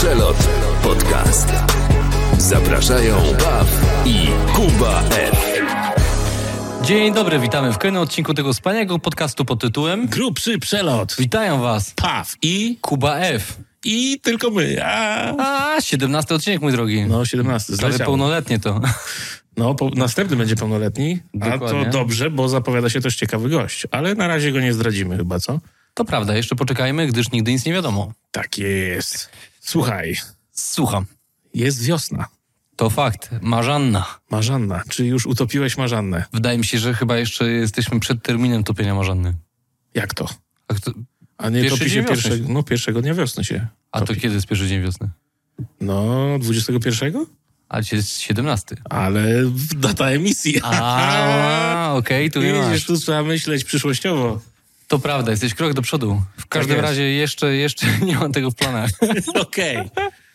Przelot Podcast. Zapraszają Paw i Kuba F. Dzień dobry, witamy w kolejnym odcinku tego wspaniałego podcastu pod tytułem Grubszy Przelot. Witają was Paw i Kuba F. I tylko my. 17 odcinek, mój drogi. No, 17. Prawie pełnoletnie to. No, następny będzie pełnoletni. Dokładnie. A to dobrze, bo zapowiada się też ciekawy gość. Ale na razie go nie zdradzimy chyba, co? To prawda, jeszcze poczekajmy, gdyż nigdy nic nie wiadomo. Tak jest. Słuchaj, Słucham. jest wiosna. To fakt. Marzanna. Marzanna. Czy już utopiłeś Marzannę? Wydaje mi się, że chyba jeszcze jesteśmy przed terminem topienia Marzanny. Jak to? A A nie Pierwszy topi się dzień wiosny. pierwszego dnia wiosny się to topi. kiedy jest pierwszy dzień wiosny? No, 21? Ale dzisiaj jest 17. Ale data emisji. Okej, tu nie Widzisz, masz. tu trzeba myśleć przyszłościowo. To prawda, jesteś krok do przodu. W każdym jest. razie jeszcze nie mam tego w planach. Okej.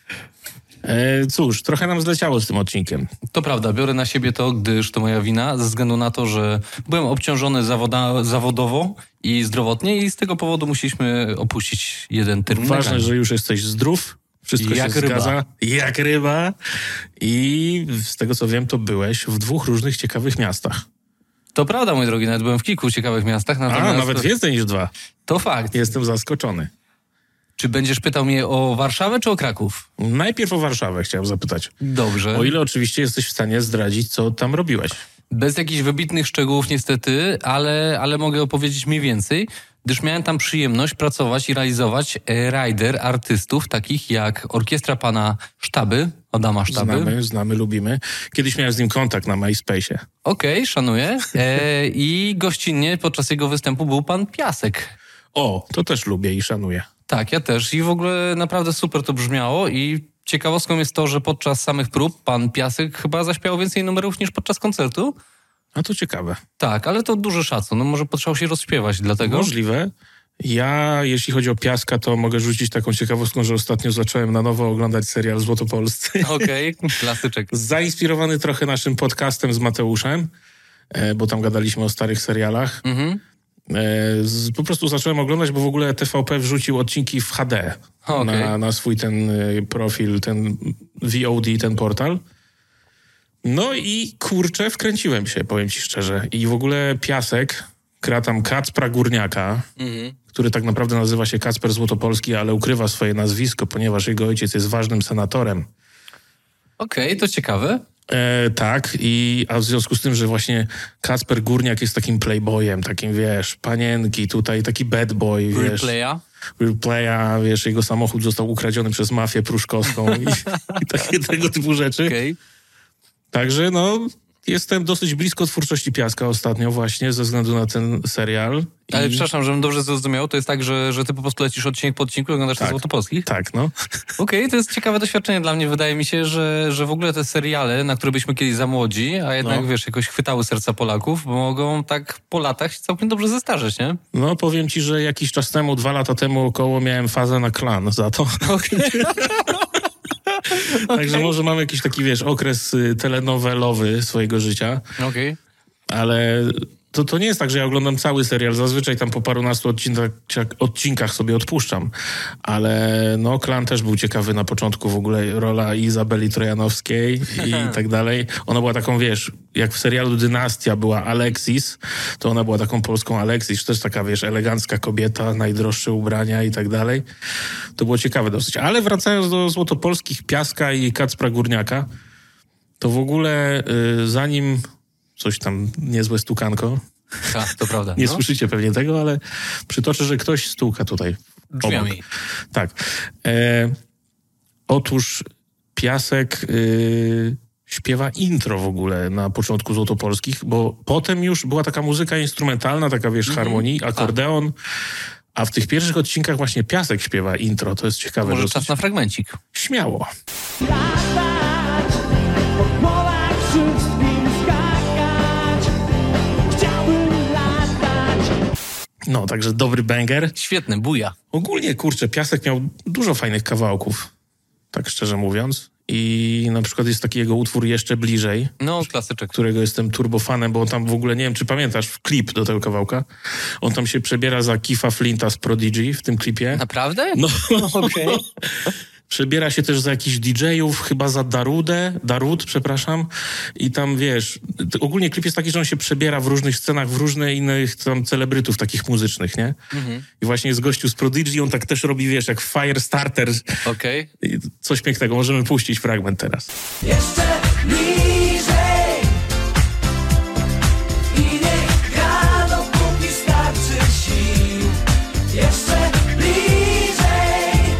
Cóż, trochę nam zleciało z tym odcinkiem. To prawda, biorę na siebie to, gdyż to moja wina, ze względu na to, że byłem obciążony zawodowo i zdrowotnie i z tego powodu musieliśmy opuścić jeden termin. Ważne, nagrania. że już jesteś zdrów, wszystko Jak się ryba. zgadza. Jak ryba. I z tego co wiem, to byłeś w 2 różnych ciekawych miastach. To prawda, mój drogi, nawet byłem w kilku ciekawych miastach. Natomiast Nawet więcej niż 2. To fakt. Jestem zaskoczony. Czy będziesz pytał mnie o Warszawę czy o Kraków? Najpierw o Warszawę chciałem zapytać. Dobrze. O ile oczywiście jesteś w stanie zdradzić, co tam robiłeś. Bez jakichś wybitnych szczegółów niestety, ale mogę opowiedzieć mniej więcej, gdyż miałem tam przyjemność pracować i realizować rider artystów takich jak Orkiestra Pana Sztaby, Adama Sztaby. Znamy, lubimy. Kiedyś miałem z nim kontakt na MySpace'ie. Okej, szanuję. I gościnnie podczas jego występu był pan Piasek. O, to też lubię i szanuję. Tak, ja też. I w ogóle naprawdę super to brzmiało i ciekawostką jest to, że podczas samych prób pan Piasek chyba zaśpiewał więcej numerów niż podczas koncertu. A to ciekawe. Tak, ale to duży szacun. No może potrzeba się rozśpiewać, dlatego... Możliwe. Ja, jeśli chodzi o Piaska, to mogę rzucić taką ciekawostką, że ostatnio zacząłem na nowo oglądać serial Złotopolscy. Okej, klasyczek. Zainspirowany trochę naszym podcastem z Mateuszem, bo tam gadaliśmy o starych serialach. Po prostu zacząłem oglądać, bo w ogóle TVP wrzucił odcinki w HD na swój ten profil, ten VOD, ten portal. No i kurczę, wkręciłem się, powiem ci szczerze. I w ogóle Piasek gra tam Kacpra Górniaka, który tak naprawdę nazywa się Kacper Złotopolski, ale ukrywa swoje nazwisko, ponieważ jego ojciec jest ważnym senatorem. Okej, to ciekawe. Tak, a w związku z tym, że właśnie Kacper Górniak jest takim playboyem, takim, wiesz, panienki, tutaj taki bad boy, wiesz. Real playa, wiesz, jego samochód został ukradziony przez mafię pruszkowską i takie tego typu rzeczy. Okej. Także jestem dosyć blisko twórczości Piaska ostatnio właśnie, ze względu na ten serial. Ale przepraszam, żebym dobrze zrozumiał, to jest tak, że ty po prostu lecisz odcinek po odcinku i oglądasz te Złotopolskich? Tak, no. Okej, to jest ciekawe doświadczenie dla mnie. Wydaje mi się, że w ogóle te seriale, na które byliśmy kiedyś za młodzi, a jednak, wiesz, jakoś chwytały serca Polaków, mogą tak po latach się całkiem dobrze zestarzeć, nie? No, powiem ci, że jakiś czas temu, 2 lata temu około miałem fazę na Klan za to. Także może mam jakiś taki, wiesz, okres telenowelowy swojego życia. Okej. Ale to nie jest tak, że ja oglądam cały serial. Zazwyczaj tam po parunastu odcinkach sobie odpuszczam. Ale Klan też był ciekawy na początku. W ogóle rola Izabeli Trojanowskiej i tak dalej. Ona była taką, wiesz, jak w serialu Dynastia była Alexis, to ona była taką polską Alexis. Też taka, wiesz, elegancka kobieta, najdroższe ubrania i tak dalej. To było ciekawe dosyć. Ale wracając do Złotopolskich, Piaska i Kacpra Górniaka, to w ogóle zanim... Coś tam, niezłe stukanko. Tak, to prawda. Nie słyszycie pewnie tego, ale przytoczę, że ktoś stuka tutaj. Drzwiami. Obok. Tak. Otóż Piasek śpiewa intro w ogóle na początku Złotopolskich, bo potem już była taka muzyka instrumentalna, taka, wiesz, harmonii, akordeon, a w tych pierwszych odcinkach właśnie Piasek śpiewa intro. To jest ciekawe. Może czas na fragmencik. Śmiało. No, także dobry banger. Świetny, buja. Ogólnie, kurczę, Piasek miał dużo fajnych kawałków, tak szczerze mówiąc. I na przykład jest taki jego utwór Jeszcze bliżej. No, klasyczek. Którego jestem turbofanem, bo on tam w ogóle, nie wiem, czy pamiętasz, klip do tego kawałka. On tam się przebiera za Keitha Flinta z Prodigy w tym klipie. Naprawdę? No, okej. Przebiera się też za jakichś DJ-ów, chyba za Darud, przepraszam. I tam, wiesz, ogólnie klip jest taki, że on się przebiera w różnych scenach, w różne innych tam celebrytów takich muzycznych, nie? I właśnie jest gościu z Prodigy, on tak też robi, wiesz, jak Firestarter. Okej. Coś pięknego, możemy puścić fragment teraz. Jeszcze bliżej i niech gra, dopóki starczy sił. Jeszcze bliżej.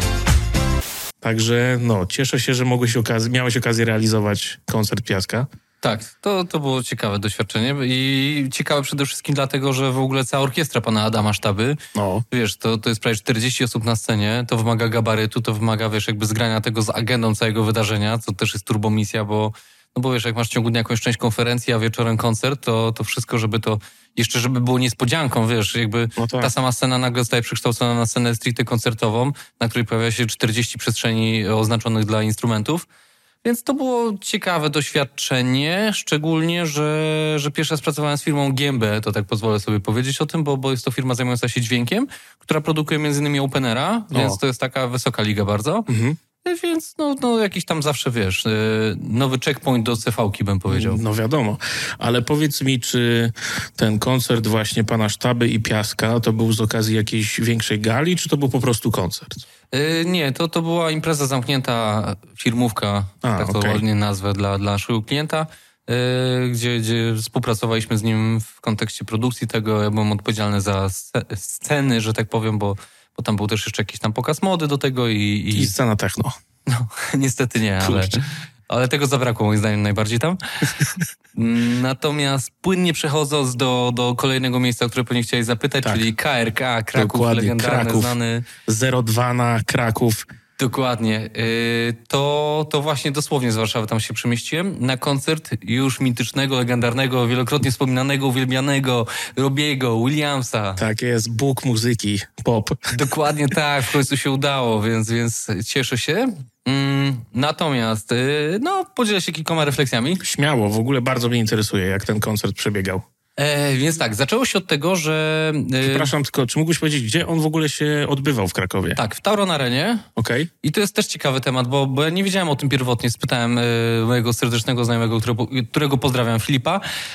Także, no, cieszę się, że miałeś okazję realizować koncert Piaska. Tak, to było ciekawe doświadczenie i ciekawe przede wszystkim dlatego, że w ogóle cała orkiestra pana Adama Sztaby, No. wiesz, to jest prawie 40 osób na scenie, to wymaga gabarytu, to wymaga, wiesz, jakby zgrania tego z agendą całego wydarzenia, co też jest turbomisja, bo wiesz, jak masz w ciągu dnia jakąś część konferencji, a wieczorem koncert, to wszystko, żeby było niespodzianką, wiesz, jakby No tak. ta sama scena nagle zostaje przekształcona na scenę stricte koncertową, na której pojawia się 40 przestrzeni oznaczonych dla instrumentów. Więc to było ciekawe doświadczenie, szczególnie, że pierwszy raz pracowałem z firmą GMB, to tak pozwolę sobie powiedzieć o tym, bo jest to firma zajmująca się dźwiękiem, która produkuje m.in. Openera, więc to jest taka wysoka liga bardzo. Więc no jakiś tam zawsze, wiesz, nowy checkpoint do CV-ki bym powiedział. No wiadomo, ale powiedz mi, czy ten koncert właśnie pana Sztaby i Piaska to był z okazji jakiejś większej gali, czy to był po prostu koncert? Nie, to była impreza zamknięta, firmówka, tak to ładnie nazwę, dla naszego klienta, gdzie współpracowaliśmy z nim w kontekście produkcji tego. Ja byłem odpowiedzialny za sceny, że tak powiem, bo tam był też jeszcze jakiś tam pokaz mody do tego I scena techno. No, niestety nie, ale tego zabrakło moim zdaniem najbardziej tam. Natomiast płynnie przechodząc do kolejnego miejsca, o które pewnie chciałeś zapytać, czyli KRK, Kraków, dokładnie, legendarny, Kraków, znany. 02 na Kraków. Dokładnie. To właśnie dosłownie z Warszawy tam się przemieściłem na koncert już mitycznego, legendarnego, wielokrotnie wspominanego, uwielbianego Robiego, Williamsa. Tak jest, Bóg muzyki, pop. Dokładnie tak, w końcu się udało, więc cieszę się. Natomiast, podzielę się kilkoma refleksjami. Śmiało, w ogóle bardzo mnie interesuje, jak ten koncert przebiegał. Więc tak, zaczęło się od tego, że... Przepraszam, tylko czy mógłbyś powiedzieć, gdzie on w ogóle się odbywał w Krakowie? Tak, w Tauron Arenie. Okej. I to jest też ciekawy temat, bo ja nie wiedziałem o tym pierwotnie. Spytałem mojego serdecznego znajomego, którego pozdrawiam, Filipa,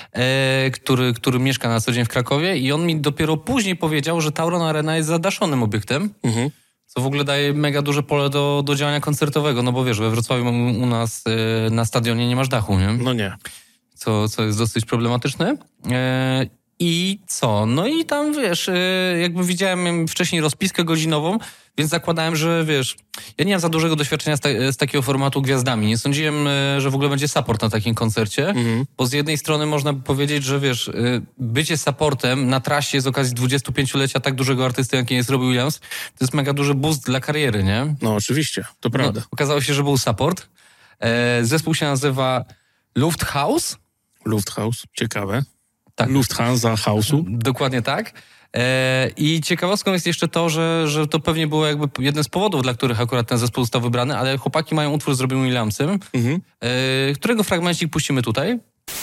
który mieszka na co dzień w Krakowie i on mi dopiero później powiedział, że Tauron Arena jest zadaszonym obiektem. Co w ogóle daje mega duże pole do działania koncertowego, no bo wiesz, we Wrocławiu u nas na stadionie nie masz dachu, nie? No nie. Co jest dosyć problematyczne. I co? No i tam, wiesz, jakby widziałem wcześniej rozpiskę godzinową, więc zakładałem, że wiesz, ja nie mam za dużego doświadczenia z takiego formatu gwiazdami. Nie sądziłem, że w ogóle będzie support na takim koncercie, bo z jednej strony można by powiedzieć, że wiesz, bycie supportem na trasie z okazji 25-lecia tak dużego artysty, jakim jest Robbie Williams, to jest mega duży boost dla kariery, nie? No oczywiście, to prawda. No, okazało się, że był support. Zespół się nazywa Lufthaus. Lufthaus, ciekawe. Tak. Lufthansa Hausu. Dokładnie tak. I ciekawostką jest jeszcze to, że to pewnie było jakby jeden z powodów, dla których akurat ten zespół został wybrany, ale chłopaki mają utwór z Robbiem Williamsem, którego fragmencik puścimy tutaj.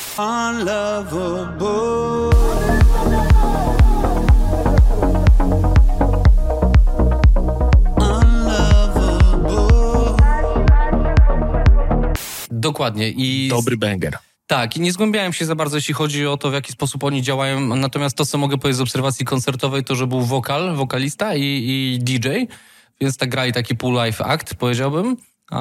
Dokładnie. Dobry banger. Tak, i nie zgłębiałem się za bardzo, jeśli chodzi o to, w jaki sposób oni działają. Natomiast to, co mogę powiedzieć z obserwacji koncertowej, to, że był wokalista i DJ, więc tak grali taki full live act, powiedziałbym.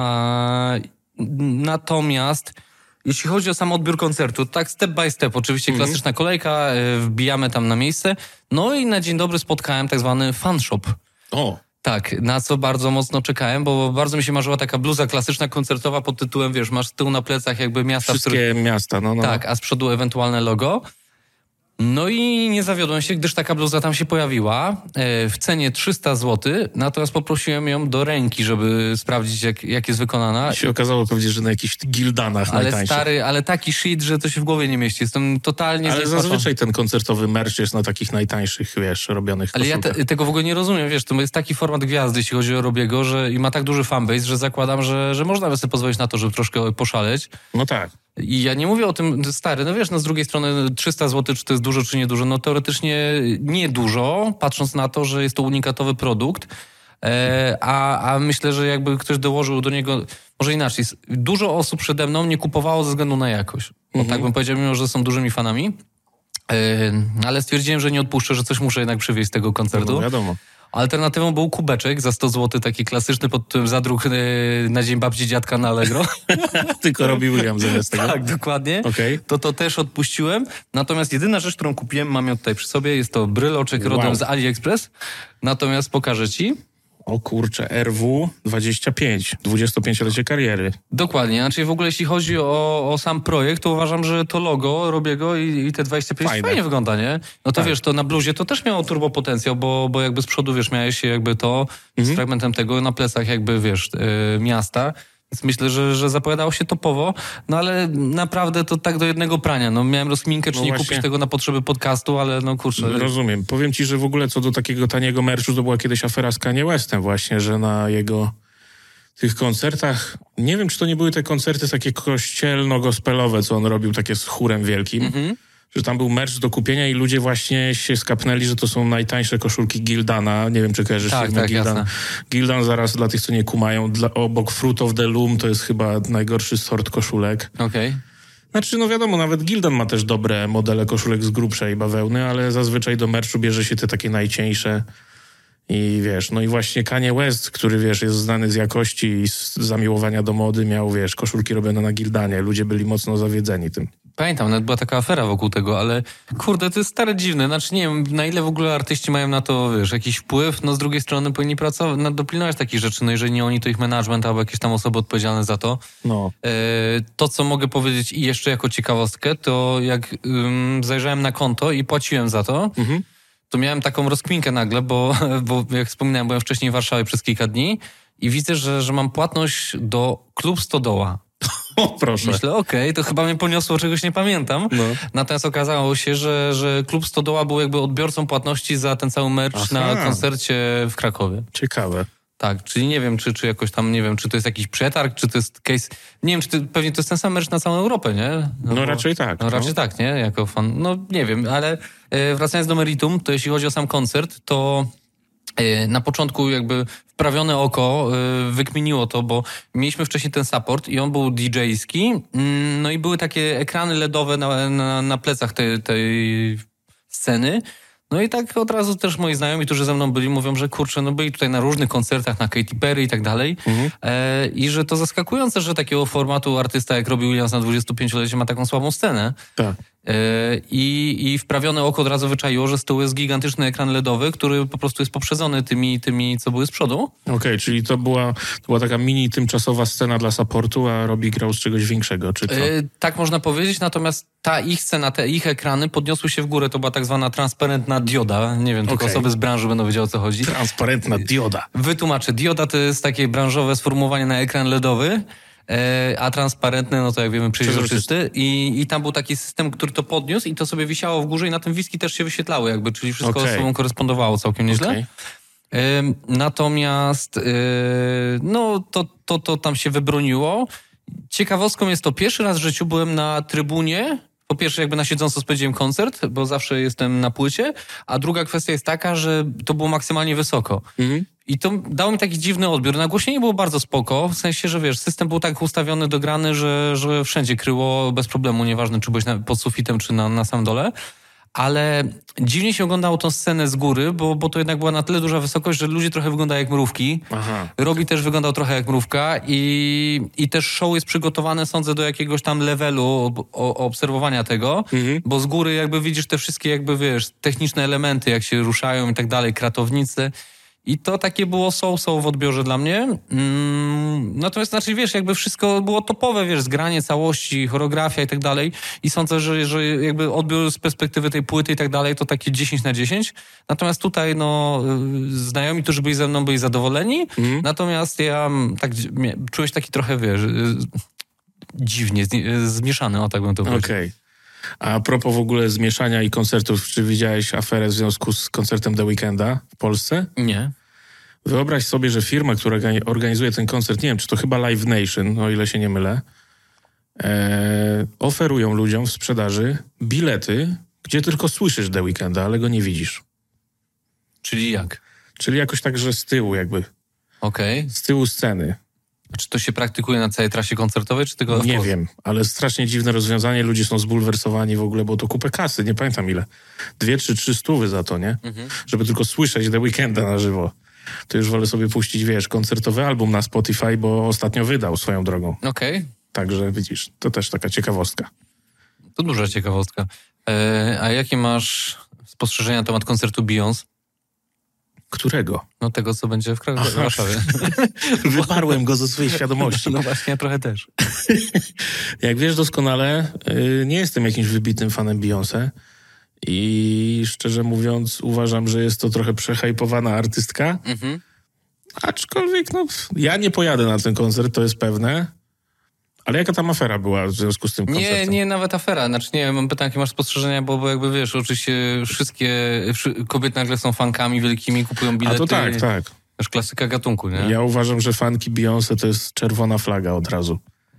Natomiast jeśli chodzi o sam odbiór koncertu, tak step by step, oczywiście klasyczna kolejka, wbijamy tam na miejsce. No i na dzień dobry spotkałem tak zwany fan shop. O! Tak, na co bardzo mocno czekałem, bo bardzo mi się marzyła taka bluza klasyczna, koncertowa pod tytułem, wiesz, masz z tyłu na plecach jakby miasta, Wszystkie miasta, no. Tak, a z przodu ewentualne logo. No i nie zawiodłem się, gdyż taka bluza tam się pojawiła w cenie 300 zł, natomiast poprosiłem ją do ręki, żeby sprawdzić, jak jest wykonana. I się okazało pewnie, że na jakichś gildanach ale najtańszych. stary, ale taki shit, że to się w głowie nie mieści. Jestem totalnie... Ale zazwyczaj ten koncertowy merch jest na takich najtańszych, wiesz, robionych Ale ja koszulkach. tego w ogóle nie rozumiem, wiesz, to jest taki format gwiazdy, jeśli chodzi o Robiego, i ma tak duży fanbase, że zakładam, że można by sobie pozwolić na to, żeby troszkę poszaleć. No tak. I ja nie mówię o tym, stary, no wiesz, no z drugiej strony 300 zł, czy to jest dużo, czy nie dużo, no teoretycznie nie dużo, patrząc na to, że jest to unikatowy produkt. A myślę, że jakby ktoś dołożył do niego, może inaczej, dużo osób przede mną nie kupowało ze względu na jakość. Bo tak bym powiedział, mimo że są dużymi fanami. Ale stwierdziłem, że nie odpuszczę, że coś muszę jednak przywieźć z tego koncertu. No wiadomo. Alternatywą był kubeczek za 100 zł, taki klasyczny pod tytułem zadruk na dzień babci dziadka na Allegro. Tylko Robbie Williams zamiast tego. Tak, dokładnie. Okej. To też odpuściłem. Natomiast jedyna rzecz, którą kupiłem, mam ją tutaj przy sobie, jest to bryloczek rodem z AliExpress. Natomiast pokażę ci. O kurczę, RW 25, 25-lecie kariery. Dokładnie, znaczy w ogóle jeśli chodzi o sam projekt, to uważam, że to logo Robiego i te 25 fajnie wygląda, nie? No to wiesz, to na bluzie to też miało turbo potencjał, bo jakby z przodu, wiesz, miałeś jakby to z fragmentem tego, na plecach jakby, wiesz, miasta. Więc myślę, że zapowiadało się topowo, no ale naprawdę to tak do jednego prania. No miałem rozkminkę, czy No nie właśnie. kupić tego na potrzeby podcastu, ale no kurczę. Rozumiem. Powiem ci, że w ogóle co do takiego taniego merchu, to była kiedyś afera z Kanye Westem właśnie, że na jego tych koncertach, nie wiem, czy to nie były te koncerty takie kościelno-gospelowe, co on robił takie z chórem wielkim, że tam był merch do kupienia i ludzie właśnie się skapnęli, że to są najtańsze koszulki Gildana. Nie wiem, czy kojarzysz firmę Gildan. jasne. Gildan, zaraz dla tych, co nie kumają, obok Fruit of the Loom to jest chyba najgorszy sort koszulek. Okej. Znaczy, no wiadomo, nawet Gildan ma też dobre modele koszulek z grubszej bawełny, ale zazwyczaj do merchu bierze się te takie najcieńsze. I wiesz, no i właśnie Kanye West, który wiesz, jest znany z jakości i z zamiłowania do mody, miał, wiesz, koszulki robione na Gildanie. Ludzie byli mocno zawiedzeni tym. Pamiętam, nawet była taka afera wokół tego, ale kurde, to jest stare dziwne. Znaczy nie wiem, na ile w ogóle artyści mają na to, wiesz, jakiś wpływ, no z drugiej strony powinni pracować, dopilnować takich rzeczy, no jeżeli nie oni, to ich management albo jakieś tam osoby odpowiedzialne za to. No. To, co mogę powiedzieć i jeszcze jako ciekawostkę, to jak zajrzałem na konto i płaciłem za to, to miałem taką rozkminkę nagle, bo jak wspominałem, byłem wcześniej w Warszawie przez kilka dni i widzę, że mam płatność do Klub Stodoła. O, proszę. Myślę, okej, to chyba mnie poniosło, czegoś nie pamiętam. No. Natomiast okazało się, że Klub Stodoła był jakby odbiorcą płatności za ten cały merch na koncercie w Krakowie. Ciekawe. Tak, czyli nie wiem, czy jakoś tam, nie wiem, czy to jest jakiś przetarg, czy to jest case... Nie wiem, pewnie to jest ten sam merch na całą Europę, nie? No raczej tak. No raczej tak, nie? Jako fan. No nie wiem, ale wracając do meritum, to jeśli chodzi o sam koncert, to na początku jakby wprawione oko wykminiło to, bo mieliśmy wcześniej ten support i on był DJ-ski, no i były takie ekrany LEDowe na plecach tej sceny. No i tak od razu też moi znajomi, którzy ze mną byli, mówią, że kurczę, no byli tutaj na różnych koncertach, na Katy Perry i tak dalej. I że to zaskakujące, że takiego formatu artysta jak Robbie Williams na 25-lecie ma taką słabą scenę. Tak. I wprawione oko od razu wyczaiło, że z tyłu jest gigantyczny ekran LEDowy, który po prostu jest poprzedzony tymi co były z przodu. Okej, czyli to była taka mini tymczasowa scena dla supportu, a Robbie grał z czegoś większego, czy co? Tak można powiedzieć, natomiast ta ich scena, te ich ekrany podniosły się w górę, to była tak zwana transparentna dioda. Nie wiem, tylko osoby z branży będą wiedziały, o co chodzi. Transparentna dioda. Wytłumaczę. Dioda to jest takie branżowe sformułowanie na ekran LEDowy, a transparentny, no to jak wiemy, przejrzysty. I tam był taki system, który to podniósł i to sobie wisiało w górze i na tym wiski też się wyświetlały jakby, czyli wszystko ze sobą korespondowało całkiem nieźle. Natomiast no to tam się wybroniło. Ciekawostką jest to, pierwszy raz w życiu byłem na trybunie. Po pierwsze jakby na siedząco spędziłem koncert, bo zawsze jestem na płycie, a druga kwestia jest taka, że to było maksymalnie wysoko. I to dało mi taki dziwny odbiór. Nagłośnienie było bardzo spoko, w sensie, że wiesz, system był tak ustawiony, dograny, że wszędzie kryło bez problemu, nieważne czy byłeś pod sufitem, czy na samym dole. Ale dziwnie się oglądało tą scenę z góry, bo to jednak była na tyle duża wysokość, że ludzie trochę wyglądają jak mrówki. Robbie też wyglądał trochę jak mrówka i też show jest przygotowane, sądzę, do jakiegoś tam levelu obserwowania tego, bo z góry jakby widzisz te wszystkie jakby, wiesz, techniczne elementy, jak się ruszają i tak dalej, kratownicy. I to takie było so w odbiorze dla mnie. Natomiast znaczy, wiesz, jakby wszystko było topowe, wiesz, zgranie całości, choreografia i tak dalej. I sądzę, że jakby odbiór z perspektywy tej płyty i tak dalej, to takie 10/10. Natomiast tutaj, no, znajomi, którzy byli ze mną, byli zadowoleni. Natomiast ja tak czułeś taki trochę, wiesz, dziwnie, zmieszany, o tak bym to powiedział. Okej. A propos w ogóle zmieszania i koncertów, czy widziałeś aferę w związku z koncertem The Weekenda w Polsce? Nie. Wyobraź sobie, że firma, która organizuje ten koncert, nie wiem, czy to chyba Live Nation, o ile się nie mylę, oferują ludziom w sprzedaży bilety, gdzie tylko słyszysz The Weekenda, ale go nie widzisz. Czyli jak? Czyli jakoś tak, że z tyłu jakby Okej. z tyłu sceny. Czy to się praktykuje na całej trasie koncertowej, czy tylko... Nie wiem, ale strasznie dziwne rozwiązanie. Ludzie są zbulwersowani w ogóle, bo to kupę kasy, nie pamiętam ile. 2 czy 3 stówy za to, nie? Żeby tylko słyszeć The Weeknda na żywo. To już wolę sobie puścić, wiesz, koncertowy album na Spotify, bo ostatnio wydał swoją drogą. Okej. Także widzisz, to też taka ciekawostka. To duża ciekawostka. A jakie masz spostrzeżenia na temat koncertu Beyoncé? Którego? No tego, co będzie w Warszawie. Wyparłem go ze swojej świadomości. No właśnie, ja trochę też. Jak wiesz doskonale, nie jestem jakimś wybitnym fanem Beyoncé i szczerze mówiąc uważam, że jest to trochę przehajpowana artystka. Aczkolwiek, no, ja nie pojadę na ten koncert, to jest pewne. Ale jaka tam afera była w związku z tym koncertem? Nie, nawet afera. Znaczy nie, mam pytanie, jakie masz spostrzeżenia, bo jakby wiesz, oczywiście kobiety nagle są fankami wielkimi, kupują bilety. A to tak. Już klasyka gatunku, nie? Ja uważam, że fanki Beyoncé to jest czerwona flaga od razu.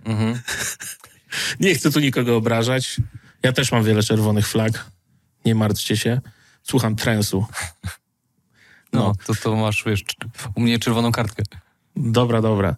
Nie chcę tu nikogo obrażać. Ja też mam wiele czerwonych flag. Nie martwcie się. Słucham transu. No, to masz, wiesz, u mnie czerwoną kartkę. Dobra.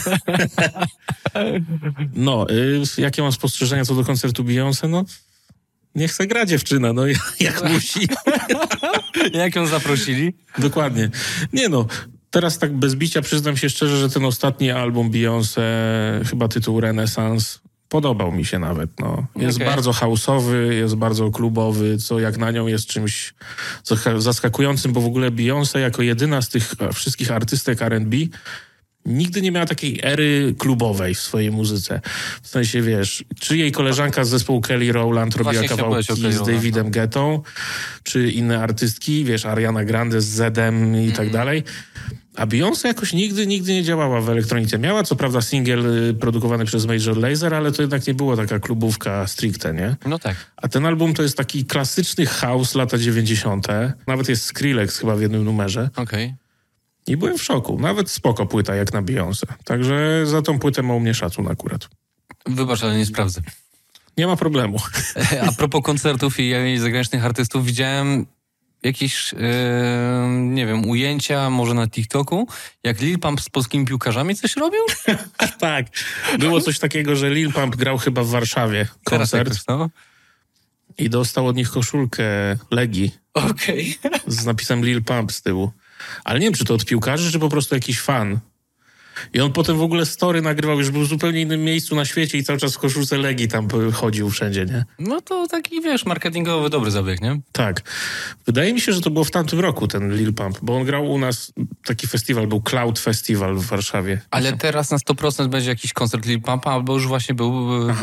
No, jakie mam spostrzeżenia co do koncertu Beyoncé? No, niech se gra dziewczyna, no jak musi. Jak ją zaprosili? Dokładnie. Nie no, teraz tak bez bicia przyznam się szczerze, że ten ostatni album Beyoncé, chyba tytuł Renaissance, podobał mi się nawet, no. Jest bardzo house'owy, jest bardzo klubowy, co jak na nią jest czymś zaskakującym, bo w ogóle Beyoncé jako jedyna z tych wszystkich artystek R&B nigdy nie miała takiej ery klubowej w swojej muzyce. W sensie, wiesz, czy jej koleżanka z zespołu Kelly Rowland robiła kawałki z Davidem Guettą, czy inne artystki, wiesz, Ariana Grande z Zedem i tak dalej. A Beyoncé jakoś nigdy nie działała w elektronice. Miała co prawda singiel produkowany przez Major Lazer, ale to jednak nie było taka klubówka stricte, nie? No tak. A ten album to jest taki klasyczny house lata 90. Nawet jest Skrillex chyba w jednym numerze. Okej. I byłem w szoku. Nawet spoko płyta jak na Beyoncé. Także za tą płytę ma u mnie szacun akurat. Wybacz, ale nie sprawdzę. Nie ma problemu. A propos koncertów i zagranicznych artystów, widziałem jakieś, nie wiem, ujęcia może na TikToku, jak Lil Pump z polskimi piłkarzami coś robił? Tak. Było coś takiego, że Lil Pump grał chyba w Warszawie koncert Jakoś, no. i dostał od nich koszulkę Legii Okej. z napisem Lil Pump z tyłu. Ale nie wiem, czy to od piłkarzy, czy po prostu jakiś fan. I on potem w ogóle story nagrywał, już był w zupełnie innym miejscu na świecie i cały czas w koszulce Legii tam chodził wszędzie, nie? No to taki, wiesz, marketingowy dobry zabieg, nie? Tak. Wydaje mi się, że to było w tamtym roku ten Lil Pump, bo on grał u nas, taki festiwal, był Cloud Festival w Warszawie. Ale teraz na 100% będzie jakiś koncert Lil Pumpa, albo już właśnie był,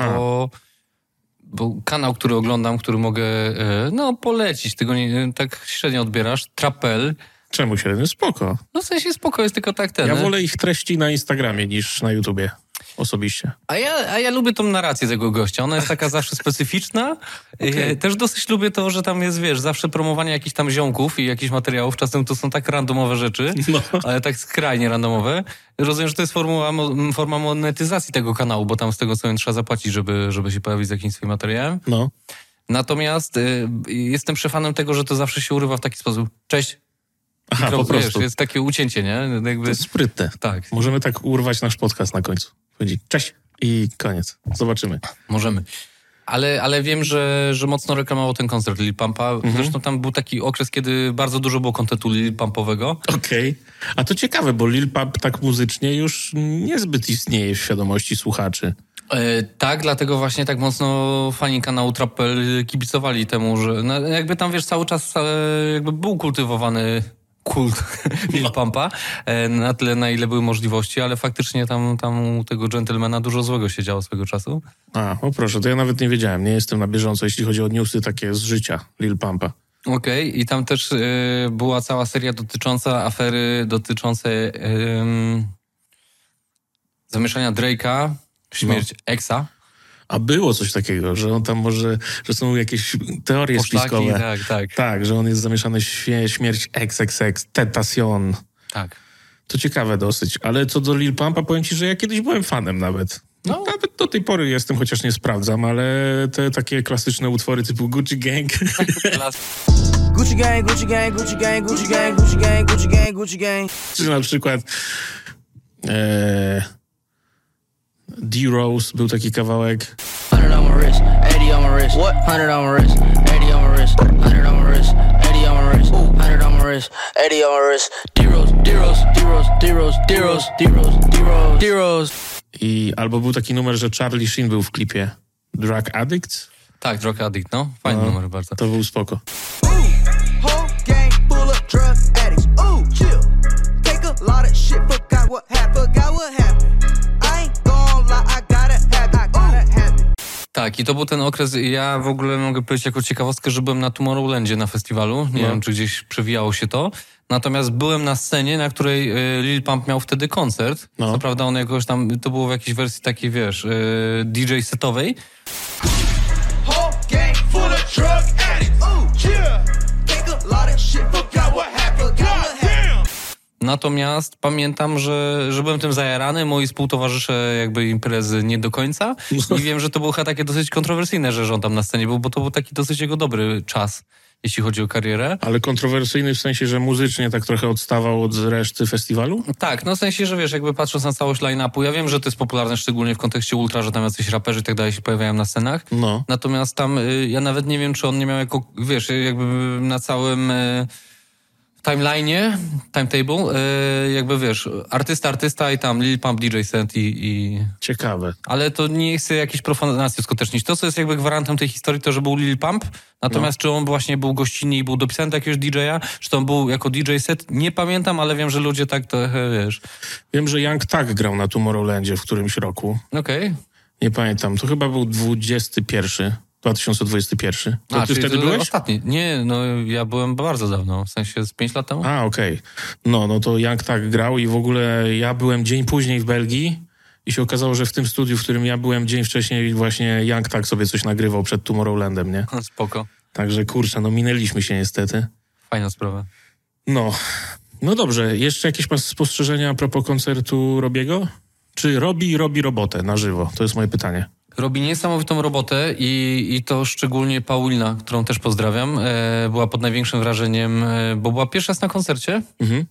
bo kanał, który oglądam, który mogę, polecić, ty go nie, tak średnio odbierasz, Trapel. Czemu się? No spoko. No w sensie spoko, jest tylko tak ten. Ja wolę ich treści na Instagramie niż na YouTubie. Osobiście. A ja lubię tą narrację tego gościa. Ona jest taka zawsze specyficzna. Okay. Też dosyć lubię to, że tam jest, wiesz, zawsze promowanie jakichś tam ziomków i jakichś materiałów. Czasem to są tak randomowe rzeczy, ale tak skrajnie randomowe. Rozumiem, że to jest forma monetyzacji tego kanału, bo tam z tego co trzeba zapłacić, żeby się pojawić z jakimś swoim materiałem. No. Natomiast jestem przefanem tego, że to zawsze się urywa w taki sposób. Cześć. Aha, po prostu. Wiesz, jest takie ucięcie, nie? Jakby... To jest sprytne. Tak. Możemy tak urwać nasz podcast na końcu. Chodzi, cześć i koniec. Zobaczymy. Możemy. Ale wiem, że mocno reklamował ten koncert Lil Pumpa. Zresztą tam był taki okres, kiedy bardzo dużo było kontentu Lil Pumpowego. Okej. A to ciekawe, bo Lil Pump tak muzycznie już niezbyt istnieje w świadomości słuchaczy. Tak, dlatego właśnie tak mocno fani kanału Trapel kibicowali temu, że jakby tam, wiesz, cały czas jakby był kultywowany kult Lil Pumpa na tyle, na ile były możliwości, ale faktycznie tam u tego dżentelmena dużo złego się działo swego czasu. O proszę, to ja nawet nie wiedziałem. Nie jestem na bieżąco, jeśli chodzi o newsy takie z życia Lil Pumpa. Okej, i tam też była cała seria dotycząca afery, dotyczącej zamieszania Drake'a, śmierć Exa. A było coś takiego, że on tam może, że są jakieś teorie spiskowe. Tak. Tak, że on jest zamieszany w śmierć XXX, Tentacion. Tak. To ciekawe dosyć. Ale co do Lil Pumpa, powiem ci, że ja kiedyś byłem fanem nawet. Nawet Do tej pory jestem, chociaż nie sprawdzam, ale te takie klasyczne utwory typu Gucci Gang. Gucci gang, Gucci gang, Gucci gang, Gucci gang, Gucci gang, Gucci gang, Gucci gang. Czy na przykład D-Rose był taki kawałek. 100 on my wrist, 80 on my wrist. What? 100 on my wrist, 80 on my wrist. 100 on my wrist, 80 on my wrist. 100 on my wrist, 80 on my wrist. D-Rose, D-Rose, D-Rose, D-Rose, D-Rose, D-Rose, D-Rose, D-Rose. I albo był taki numer, że Charlie Sheen był w klipie. Drug Addicts? Tak, Drug Addict, no. Fajny numer bardzo. To był spoko. Whole gang full of drug addicts. Ooh, chill. Take a lot of shit, forgot what happened. I ain't gon' lie, I gotta have it. Tak, i to był ten okres, ja w ogóle mogę powiedzieć jako ciekawostkę, że byłem na Tomorrowlandzie na festiwalu, nie wiem, czy gdzieś przewijało się to, natomiast byłem na scenie, na której Lil Pump miał wtedy koncert, co prawda on jakoś tam, to było w jakiejś wersji takiej, wiesz, DJ setowej. Whole gang full of drug addicts. Ooh, chill. Take a lot of shit, forgot what happened. Natomiast pamiętam, że byłem tym zajarany, moi współtowarzysze jakby imprezy nie do końca i wiem, że to było chyba takie dosyć kontrowersyjne, że on tam na scenie był, bo to był taki dosyć jego dobry czas, jeśli chodzi o karierę. Ale kontrowersyjny w sensie, że muzycznie tak trochę odstawał od reszty festiwalu? Tak, no w sensie, że wiesz, jakby patrząc na całość line-upu, ja wiem, że to jest popularne szczególnie w kontekście ultra, że tam jacyś raperzy i tak dalej się pojawiają na scenach. No. Natomiast tam ja nawet nie wiem, czy on nie miał jako, wiesz, jakby na całym timeline'ie, timetable, jakby wiesz, artysta i tam Lil Pump, DJ Set i... Ciekawe. Ale to nie chcę jakiejś profanacji uskutecznić. To, co jest jakby gwarantem tej historii, to, że był Lil Pump, natomiast czy on właśnie był gościnny i był dopisany do jakiegoś DJ-a, czy to on był jako DJ Set, nie pamiętam, ale wiem, że ludzie tak to, wiesz... Wiem, że Young Thug grał na Tomorrowlandzie w którymś roku. Okej. Nie pamiętam, to chyba był 2021. To ty wtedy byłeś? Ostatni. Nie, no ja byłem bardzo dawno, w sensie z 5 lat temu. A, okej. No to Young Thug grał i w ogóle ja byłem dzień później w Belgii i się okazało, że w tym studiu, w którym ja byłem dzień wcześniej, właśnie Young Thug sobie coś nagrywał przed Tomorrowlandem, nie? Spoko. Także kurczę, no minęliśmy się niestety. Fajna sprawa. No dobrze, jeszcze jakieś spostrzeżenia a propos koncertu Robiego? Czy robi robotę na żywo? To jest moje pytanie. Robi niesamowitą robotę i to szczególnie Paulina, którą też pozdrawiam, była pod największym wrażeniem, bo była pierwsza raz na koncercie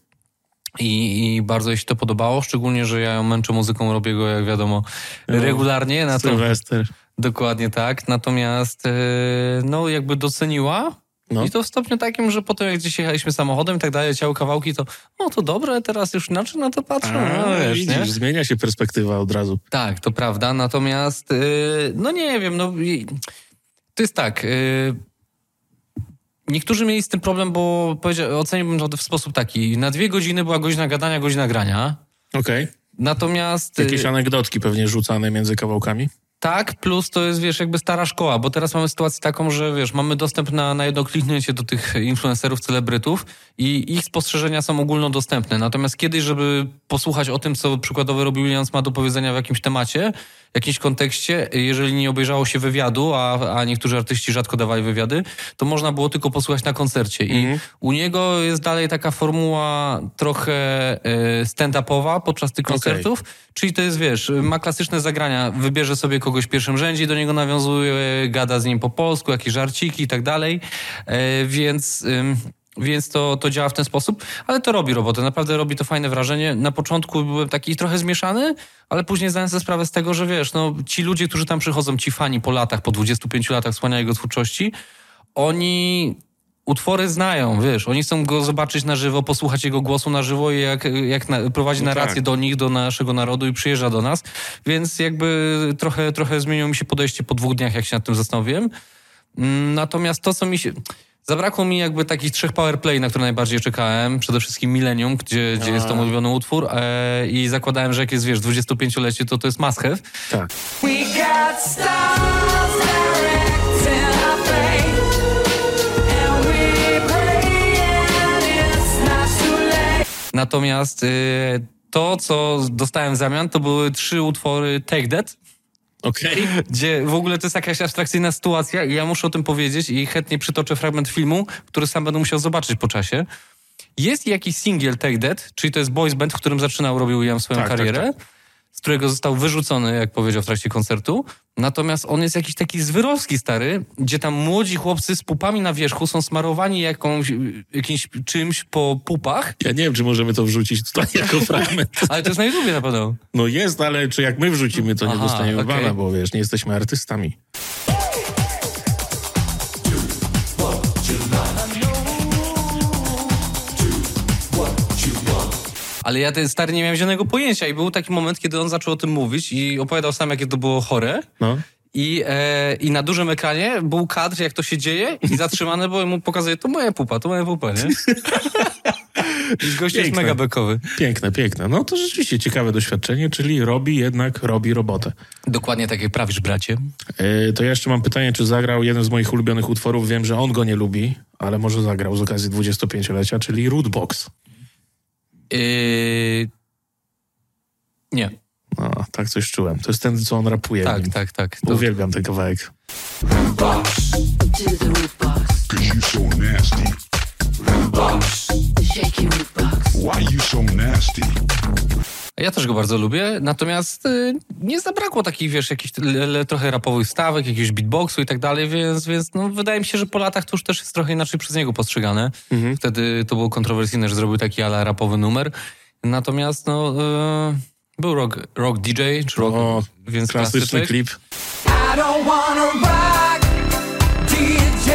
i bardzo jej się to podobało, szczególnie, że ja ją męczę muzyką Robiego, jak wiadomo, regularnie. Sylwester. Dokładnie tak, natomiast no jakby doceniła. No. I to w stopniu takim, że potem jak gdzieś jechaliśmy samochodem i tak dalej, leciały kawałki, to to dobre, teraz już inaczej na to patrzę. Wiesz, widzisz, nie? zmienia się perspektywa od razu. Tak, to prawda, natomiast no nie wiem, to jest tak, niektórzy mieli z tym problem, bo oceniłbym to w sposób taki, na 2 godziny była godzina gadania, godzina grania. Okej. Natomiast... Jakieś anegdotki pewnie rzucane między kawałkami? Tak, plus to jest, wiesz, jakby stara szkoła, bo teraz mamy sytuację taką, że wiesz, mamy dostęp na jedno kliknięcie do tych influencerów, celebrytów i ich spostrzeżenia są ogólnodostępne. Natomiast kiedyś, żeby posłuchać o tym, co przykładowo Robbie Williams ma do powiedzenia w jakimś temacie, w jakimś kontekście, jeżeli nie obejrzało się wywiadu, a niektórzy artyści rzadko dawali wywiady, to można było tylko posłuchać na koncercie. I u niego jest dalej taka formuła trochę stand-upowa podczas tych koncertów, czyli to jest, wiesz, ma klasyczne zagrania, wybierze sobie kogoś w pierwszym rzędzie, do niego nawiązuje, gada z nim po polsku, jakieś żarciki i tak dalej, więc to działa w ten sposób, ale to robi robotę, naprawdę robi to fajne wrażenie. Na początku byłem taki trochę zmieszany, ale później zdałem sobie sprawę z tego, że wiesz, ci ludzie, którzy tam przychodzą, ci fani po latach, po 25 latach słuchania jego twórczości, oni utwory znają, wiesz, oni chcą go zobaczyć na żywo, posłuchać jego głosu na żywo i jak prowadzi narrację do nich, do naszego narodu i przyjeżdża do nas, więc jakby trochę zmieniło mi się podejście po 2 dniach, jak się nad tym zastanowiłem. Natomiast to, co mi się... Zabrakło mi jakby takich 3 powerplay, na które najbardziej czekałem. Przede wszystkim Millennium, gdzie jest to mój ulubiony utwór i zakładałem, że jak jest, wiesz, 25-lecie, to jest must have. Tak. We got stars directing our fate, and we pray and it's not too late. Natomiast to, co dostałem w zamian, to były 3 utwory Take That. Okej. Gdzie w ogóle to jest jakaś abstrakcyjna sytuacja i ja muszę o tym powiedzieć i chętnie przytoczę fragment filmu, który sam będę musiał zobaczyć po czasie. Jest jakiś singiel Take That, czyli to jest boys band, w którym zaczynał Robbie Williams swoją karierę. Tak. z którego został wyrzucony, jak powiedział w trakcie koncertu. Natomiast on jest jakiś taki zwyrowski stary, gdzie tam młodzi chłopcy z pupami na wierzchu są smarowani jakimś czymś po pupach. Ja nie wiem, czy możemy to wrzucić tutaj jako fragment. Ale to jest na YouTubie na pewno. No jest, ale czy jak my wrzucimy, to nie dostaniemy bana, bo wiesz, nie jesteśmy artystami. Ale ja ten stary nie miałem żadnego pojęcia i był taki moment, kiedy on zaczął o tym mówić i opowiadał sam, jakie to było chore. No. I na dużym ekranie był kadr, jak to się dzieje i zatrzymane, bo mu pokazuje, to moja pupa, nie? I gość jest mega bekowy. Piękne. No to rzeczywiście ciekawe doświadczenie, czyli robi robotę. Dokładnie tak jak prawisz, bracie. To ja jeszcze mam pytanie, czy zagrał jeden z moich ulubionych utworów. Wiem, że on go nie lubi, ale może zagrał z okazji 25-lecia, czyli Rootbox. Nie. No, tak coś czułem. To jest ten, co on rapuje. Tak. Uwielbiam ten kawałek. Cause you so nasty. Why you so nasty? Ja też go bardzo lubię, natomiast nie zabrakło takich, wiesz, jakichś trochę rapowych stawek, jakiegoś beatboxu i tak dalej, więc no, wydaje mi się, że po latach to już też jest trochę inaczej przez niego postrzegane. Wtedy to było kontrowersyjne, że zrobił taki ala rapowy numer. Natomiast no, był rock DJ, czy rock, więc klasyczny klip. I don't wanna rock DJ,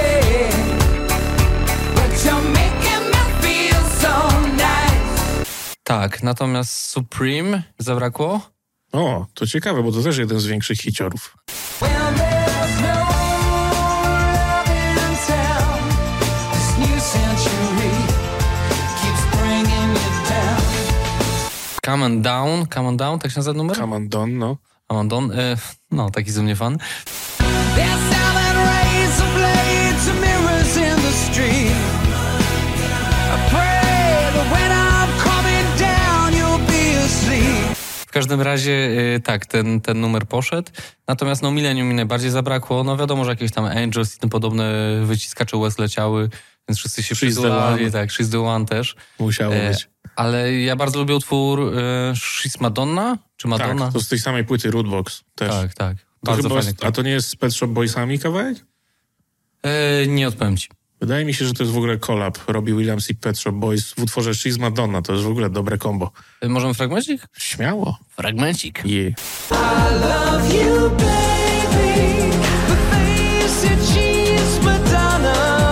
but you're making me feel so nice. Tak, natomiast Supreme zabrakło. O, to ciekawe, bo to też jeden z większych hiciorów. Well, there's no love in town. This new century keeps bringing you down. Come on Down, tak się nazywa numer? Come on, Don, no. Come on Down, no taki ze mnie fan. They're selling razor blades and mirrors in the street. I pray that when I'm coming down, you'll be asleep. W każdym razie tak, ten numer poszedł. Natomiast no Millennium mi najbardziej zabrakło. No wiadomo, że jakieś tam Angels i tym podobne wyciskacze łez leciały, więc wszyscy się przytulali. Tak, She's the One też. Musiało być. Ale ja bardzo lubię utwór She's Madonna? Czy Madonna? Tak, to z tej samej płyty Rootbox też. Tak. To Bardzo chyba, fajny. a to nie jest z Pet Shop Boysami kawałek? Nie odpowiem ci. Wydaje mi się, że to jest w ogóle collab. Robbie Williams i Pet Shop Boys w utworze She's Madonna. To jest w ogóle dobre kombo. Możemy fragmencik? Śmiało. Fragmencik. Yeah. I love you, baby, but face it, she's Madonna.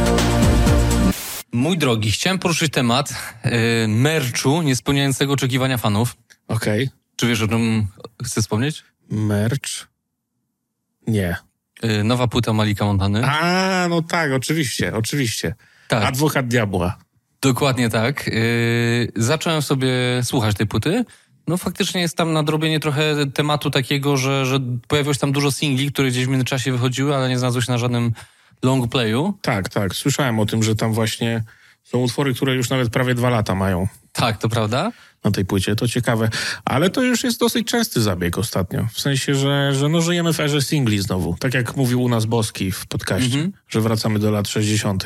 Mój drogi, chciałem poruszyć temat merchu niespełniającego oczekiwania fanów. Okej. Czy wiesz, o czym chcę wspomnieć? Merch? Nie. Nowa płyta Malika Montany. A, no tak, oczywiście. Tak. Adwokat diabła. Dokładnie tak. Zacząłem sobie słuchać tej płyty. No faktycznie jest tam nadrobienie trochę tematu takiego, że pojawiło się tam dużo singli, które gdzieś w międzyczasie wychodziły, ale nie znalazło się na żadnym long playu. Tak. Słyszałem o tym, że tam właśnie są utwory, które już nawet prawie 2 lata mają Tak, to prawda? na tej płycie. To ciekawe. Ale to już jest dosyć częsty zabieg ostatnio. W sensie, że no żyjemy w erze singli znowu. Tak jak mówił u nas Boski w podcaście, że wracamy do lat 60.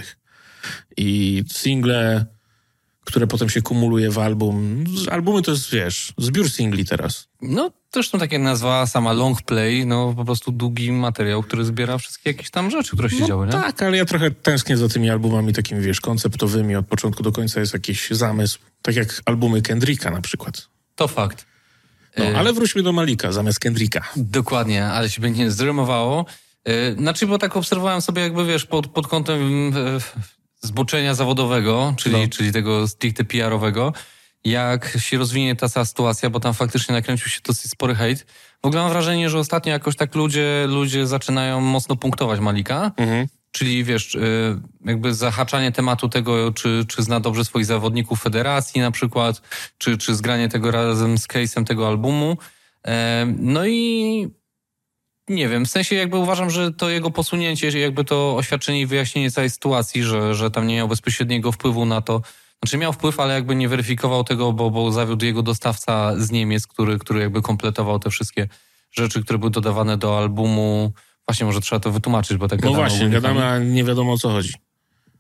I single, które potem się kumuluje w album. Albumy to jest, wiesz, zbiór singli teraz. No, zresztą takie nazwa sama long play, no po prostu długi materiał, który zbiera wszystkie jakieś tam rzeczy, które się działy, nie? Tak, ale ja trochę tęsknię za tymi albumami takimi, wiesz, konceptowymi. Od początku do końca jest jakiś zamysł. Tak jak albumy Kendricka na przykład. To fakt. No, ale wróćmy do Malika zamiast Kendricka. Dokładnie, ale się będzie zrymowało. Znaczy, bo tak obserwowałem sobie jakby, wiesz, pod kątem zboczenia zawodowego, czyli tego stricte PR-owego, jak się rozwinie ta cała sytuacja, bo tam faktycznie nakręcił się dosyć spory hejt. W ogóle mam wrażenie, że ostatnio jakoś tak ludzie zaczynają mocno punktować Malika, czyli wiesz, jakby zahaczanie tematu tego, czy zna dobrze swoich zawodników federacji na przykład, czy zgranie tego razem z case'em tego albumu. No i nie wiem, w sensie jakby uważam, że to jego posunięcie, jakby to oświadczenie i wyjaśnienie całej sytuacji, że tam nie miał bezpośredniego wpływu na to. Znaczy miał wpływ, ale jakby nie weryfikował tego, bo zawiódł jego dostawca z Niemiec, który jakby kompletował te wszystkie rzeczy, które były dodawane do albumu. Właśnie może trzeba to wytłumaczyć, bo tak No właśnie, gadamy, a nie wiadomo o co chodzi.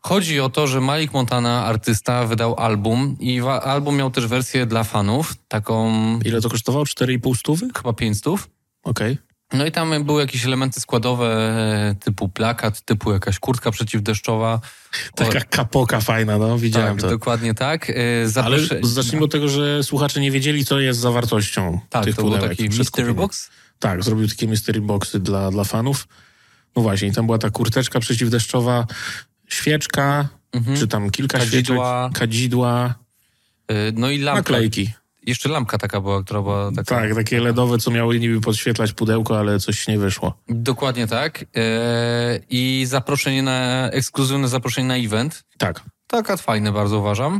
Chodzi o to, że Malik Montana, artysta, wydał album i album miał też wersję dla fanów, taką Ile to kosztowało? 4,5 stówy? chyba 500. Okej. No i tam były jakieś elementy składowe typu plakat, typu jakaś kurtka przeciwdeszczowa. Taka kapoka fajna, no, widziałem Tak, to. dokładnie tak. Ale zacznijmy od tego, że słuchacze nie wiedzieli, co jest zawartością Tak, tych to był pudełek. taki przed mystery kupieniem. box. Tak, zrobił takie mystery boxy dla fanów. No właśnie, i tam była ta kurteczka przeciwdeszczowa, świeczka, czy tam kilka Kadzidła. świeczek, kadzidła, No i lampka. naklejki. Jeszcze lampka taka była, która była taka... Tak, takie LEDowe, co miały niby podświetlać pudełko, ale coś nie wyszło. Dokładnie tak. I ekskluzywne zaproszenie na event. Tak. Taka fajne bardzo uważam.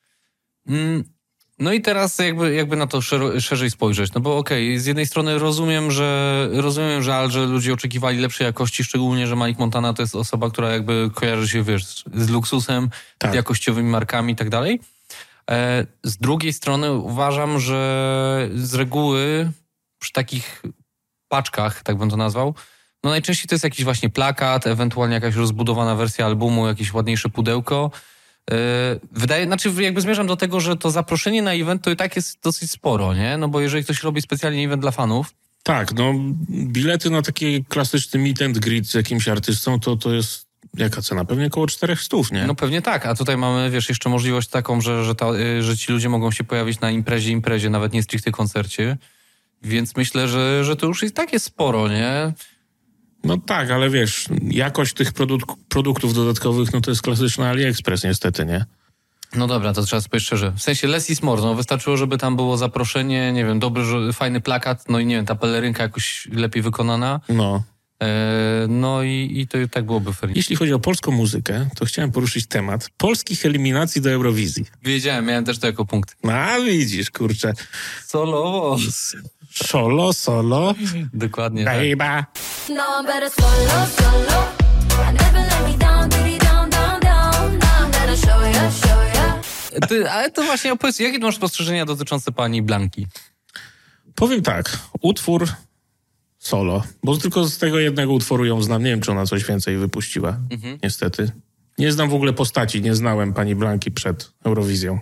No i teraz jakby na to szerzej spojrzeć. No bo okej, z jednej strony rozumiem, że ludzie oczekiwali lepszej jakości, szczególnie, że Malik Montana to jest osoba, która jakby kojarzy się, wiesz, z luksusem, Tak. z jakościowymi markami i tak dalej. Z drugiej strony uważam, że z reguły przy takich paczkach, tak bym to nazwał, no najczęściej to jest jakiś właśnie plakat, ewentualnie jakaś rozbudowana wersja albumu, jakieś ładniejsze pudełko. Jakby zmierzam do tego, że to zaproszenie na event to i tak jest dosyć sporo, nie? No bo jeżeli ktoś robi specjalnie event dla fanów, Tak, no bilety na taki klasyczny meet and greet z jakimś artystą, to jest jaka cena? Pewnie około 400, nie? no pewnie tak, a tutaj mamy, wiesz, jeszcze możliwość taką, że ci ludzie mogą się pojawić na imprezie, nawet nie stricte koncercie, więc myślę, że to już i tak jest sporo, nie? No tak, ale wiesz, jakość tych produktów dodatkowych, no to jest klasyczny AliExpress niestety, nie? No dobra, to trzeba spojrzeć szczerze. W sensie less is more, no wystarczyło, żeby tam było zaproszenie, nie wiem, dobry, fajny plakat, no i nie wiem, ta pelerynka jakoś lepiej wykonana. No. No i to tak byłoby fair. Jeśli chodzi o polską muzykę, to chciałem poruszyć temat polskich eliminacji do Eurowizji. Wiedziałem, miałem też to jako punkt. No a widzisz, kurczę. Solo. Solo. Dokładnie tak. Baby. No, I'm better solo, solo. I never let me down, diddy down, down, down. Now I'm gonna show ya. Ale to właśnie opowiedz, jakie masz spostrzeżenia dotyczące pani Blanki? Powiem tak, utwór solo, bo tylko z tego jednego utworu ją znam. Nie wiem, czy ona coś więcej wypuściła, niestety. Nie znam w ogóle postaci, nie znałem pani Blanki przed Eurowizją.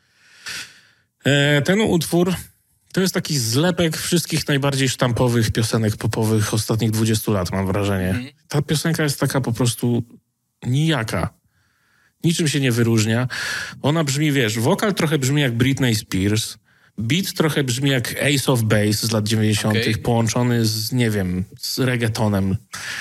Ten utwór to jest taki zlepek wszystkich najbardziej sztampowych piosenek popowych ostatnich 20 lat, mam wrażenie. Ta piosenka jest taka po prostu nijaka. Niczym się nie wyróżnia. Ona brzmi, wiesz, wokal trochę brzmi jak Britney Spears, beat trochę brzmi jak Ace of Base z lat 90. połączony z, nie wiem, z reggaetonem.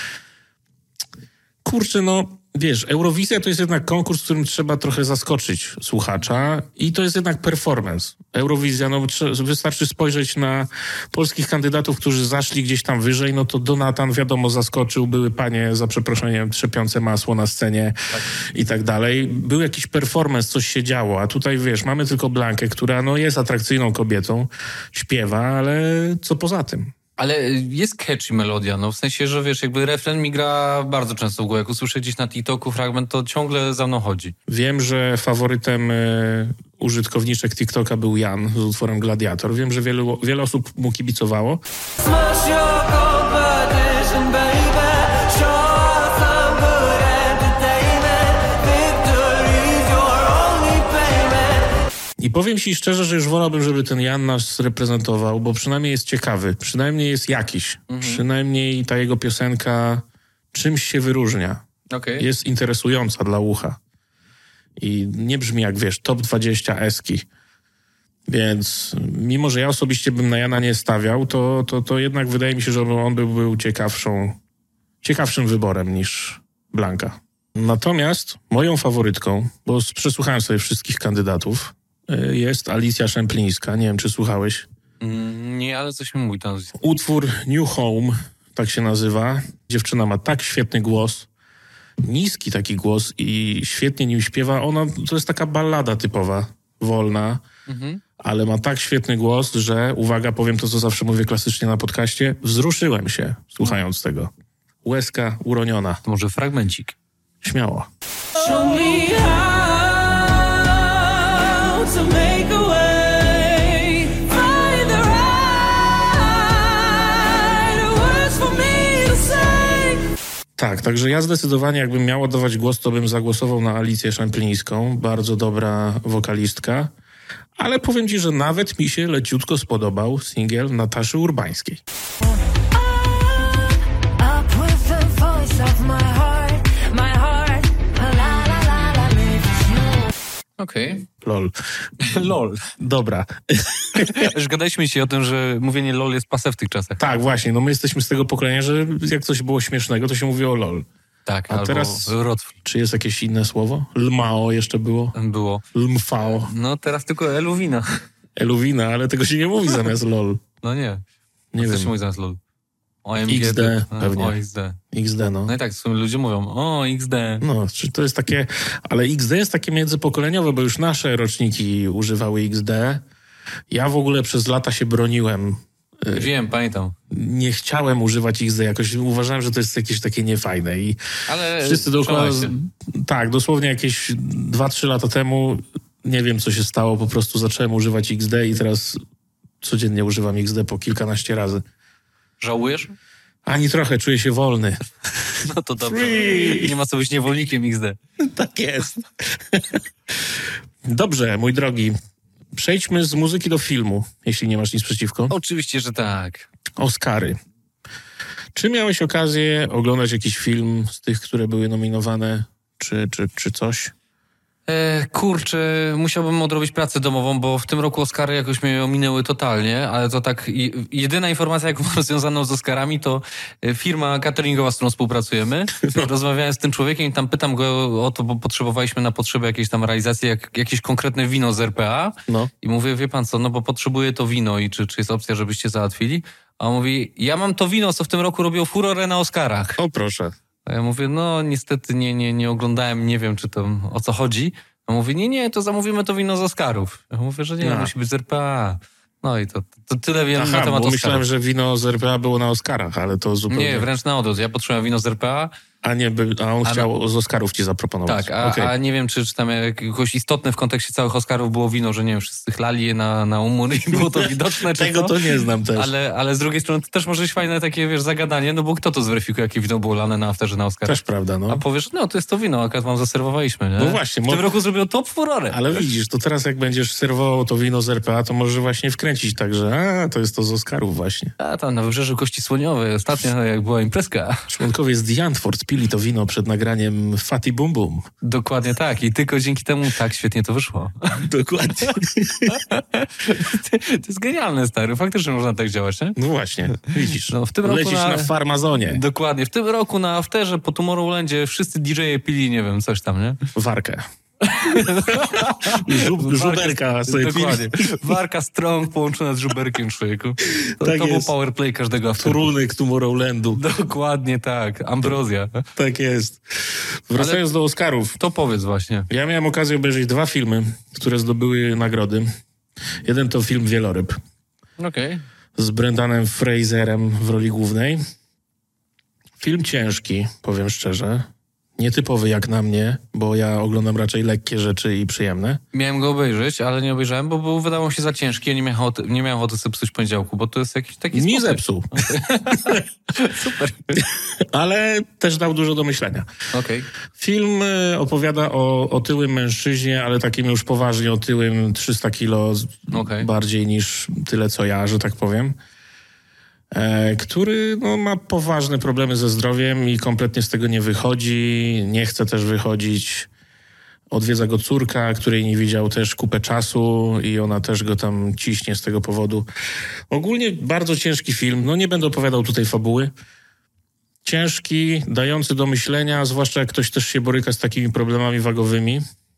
Kurczę, no, wiesz, Eurowizja to jest jednak konkurs, w którym trzeba trochę zaskoczyć słuchacza i to jest jednak performance. Eurowizja, no wystarczy spojrzeć na polskich kandydatów, którzy zaszli gdzieś tam wyżej, no to Donatan, wiadomo, zaskoczył, były panie, za przeproszeniem, trzepiące masło na scenie i tak dalej. Był jakiś performance, coś się działo, a tutaj, wiesz, mamy tylko Blankę, która, no, jest atrakcyjną kobietą, śpiewa, ale co poza tym? Ale jest catchy melodia, no w sensie, że wiesz, jakby refren mi gra bardzo często w głowę. Jak usłyszę gdzieś na TikToku fragment, to ciągle za mną chodzi. Wiem, że faworytem użytkowniczek TikToka był Jan z utworem Gladiator. Wiem, że wiele osób mu kibicowało. Smash your competition, baby. Show some good entertainment. Victory's your only payment. I powiem ci szczerze, że już wolałbym, żeby ten Jan nas reprezentował, bo przynajmniej jest ciekawy, przynajmniej jest jakiś. Przynajmniej ta jego piosenka czymś się wyróżnia. Okej. Jest interesująca dla ucha. I nie brzmi jak, wiesz, top 20 eski. Więc mimo, że ja osobiście bym na Jana nie stawiał, to jednak wydaje mi się, że on był ciekawszym wyborem niż Blanka. Natomiast moją faworytką, bo przesłuchałem sobie wszystkich kandydatów, jest Alicja Szemplińska. Nie wiem, czy słuchałeś. Nie, ale coś mi mówi tam. Utwór New Home, tak się nazywa. Dziewczyna ma tak świetny głos. Niski taki głos i świetnie nim śpiewa. Ona to jest taka ballada typowa, wolna, ale ma tak świetny głos, że, uwaga, powiem to, co zawsze mówię klasycznie na podcaście, wzruszyłem się słuchając tego. Łezka uroniona. To może fragmencik. Śmiało. Show me how to make a way. Find the right words for me to say. Tak, także ja zdecydowanie jakbym miał oddawać głos, to bym zagłosował na Alicję Szemplińską. Bardzo dobra wokalistka. Ale powiem ci, że nawet mi się leciutko spodobał singiel Nataszy Urbańskiej. Up with the voice of my heart, la la la la, lift you. Okej. LOL. LOL. Dobra. Już gadaliśmy się o tym, że mówienie LOL jest pase w tych czasach. Tak, właśnie. No my jesteśmy z tego pokolenia, że jak coś było śmiesznego, to się mówiło LOL. Tak, A albo teraz- Rotfl Czy jest jakieś inne słowo? Lmao jeszcze było. było. Lmfao. No teraz tylko Eluwina. Eluwina, ale tego się nie mówi zamiast LOL. No nie. Nie Co wiem. się mówi zamiast LOL? OMG. XD pewnie. O, XD. XD, no. No i tak, w sumie ludzie mówią, o, XD. No, czy to jest takie... Ale XD jest takie międzypokoleniowe, bo już nasze roczniki używały XD. Ja w ogóle przez lata się broniłem. Wiem, pamiętam. Nie chciałem używać XD. Jakoś uważałem, że to jest jakieś takie niefajne. I Ale wszyscy dookoła... przełamałeś się. Tak, dosłownie jakieś 2-3 lata temu, nie wiem co się stało, po prostu zacząłem używać XD i teraz codziennie używam XD po kilkanaście razy. Żałujesz? Ani trochę, czuję się wolny. No to dobrze. Free. Nie ma co być niewolnikiem XD. Tak jest. Dobrze, mój drogi. Przejdźmy z muzyki do filmu, jeśli nie masz nic przeciwko. Oczywiście, że tak. Oscary. Czy miałeś okazję oglądać jakiś film z tych, które były nominowane, czy coś? Kurczę, musiałbym odrobić pracę domową, bo w tym roku Oscary jakoś mnie ominęły totalnie, ale to tak, jedyna informacja, jaką mam związaną z Oscarami, to firma cateringowa, z którą współpracujemy. Rozmawiałem z tym człowiekiem i tam pytam go o to, bo potrzebowaliśmy na potrzeby jakiejś tam realizacji jakieś konkretne wino z RPA. No. I mówię, wie pan co, no bo potrzebuję to wino i czy jest opcja, żebyście załatwili? A on mówi, ja mam to wino, co w tym roku robiło furorę na Oscarach. O proszę. A ja mówię, no niestety nie oglądałem, nie wiem, czy to o co chodzi. A mówi, nie, to zamówimy to wino z Oscarów. Ja mówię, że nie, No. musi być z RPA. No i to tyle wiem na Aha, temat bo Oscarów. myślałem, że wino z RPA było na Oscarach, ale to zupełnie... Nie, wręcz na odwrót. Ja potrzebowałem wino z RPA, A on chciał z Oscarów ci zaproponować. tak, Okej. a nie wiem, czy tam jakoś istotne w kontekście całych Oscarów było wino, że nie wiem, wszyscy chlali je na umór i było to widoczne, czy Tego co? to nie znam też. Ale z drugiej strony to też może być fajne takie, wiesz, zagadanie, no bo kto to zweryfikuje, jakie wino było lane na afterze na Oscarach? Też prawda, no. A powiesz, no to jest to wino, akurat wam zaserwowaliśmy, nie? No właśnie, W tym roku zrobiło top furorę. Ale widzisz, to teraz jak będziesz serwował to wino z RPA, to możesz właśnie wkręcić tak, że to jest to z Oscarów właśnie. A tam na Wybrzeżu Kości Słoniowej, ostatnio jak była imprezka. Członkowie z The Antwoord pili to wino przed nagraniem Fatty Bum Bum. Dokładnie tak i tylko dzięki temu tak świetnie to wyszło. Dokładnie. To jest genialne, stary. Faktycznie można tak działać, nie? No właśnie, widzisz. No, w tym roku lecisz na farmazonie. Dokładnie. W tym roku na afterze po Tomorrowlandzie wszyscy DJ-e pili, nie wiem, coś tam, nie? Warkę. Żuberka sobie Dokładnie. pili. Warka strong połączona z żuberkiem, człowieku. To Tak był jest. powerplay każdego afteru. Trunek Tomorrowlandu. Dokładnie tak. Ambrozja. Tak jest. Wracając do Oscarów. To powiedz właśnie. Ja miałem okazję obejrzeć 2 filmy, które zdobyły nagrody. Jeden to film Wieloryb Okej. z Brendanem Fraserem w roli głównej. Film ciężki, powiem szczerze. Nietypowy jak na mnie, bo ja oglądam raczej lekkie rzeczy i przyjemne. Miałem go obejrzeć, ale nie obejrzałem, bo był, wydawał mi się za ciężki. Ja nie miałem ochoty sobie psuć poniedziałku, bo to jest jakiś taki Nie smutek. zepsuł. Super. Ale też dał dużo do myślenia. Okej. Film opowiada o otyłym mężczyźnie, ale takim już poważnie otyłym, 300 kilo Okej. bardziej niż tyle co ja, że tak powiem. Który ma poważne problemy ze zdrowiem i kompletnie z tego nie wychodzi, nie chce też wychodzić. Odwiedza go córka, której nie widział też kupę czasu i ona też go tam ciśnie z tego powodu. Ogólnie bardzo ciężki film, nie będę opowiadał tutaj fabuły. Ciężki, dający do myślenia, zwłaszcza jak ktoś też się boryka z takimi problemami wagowymi.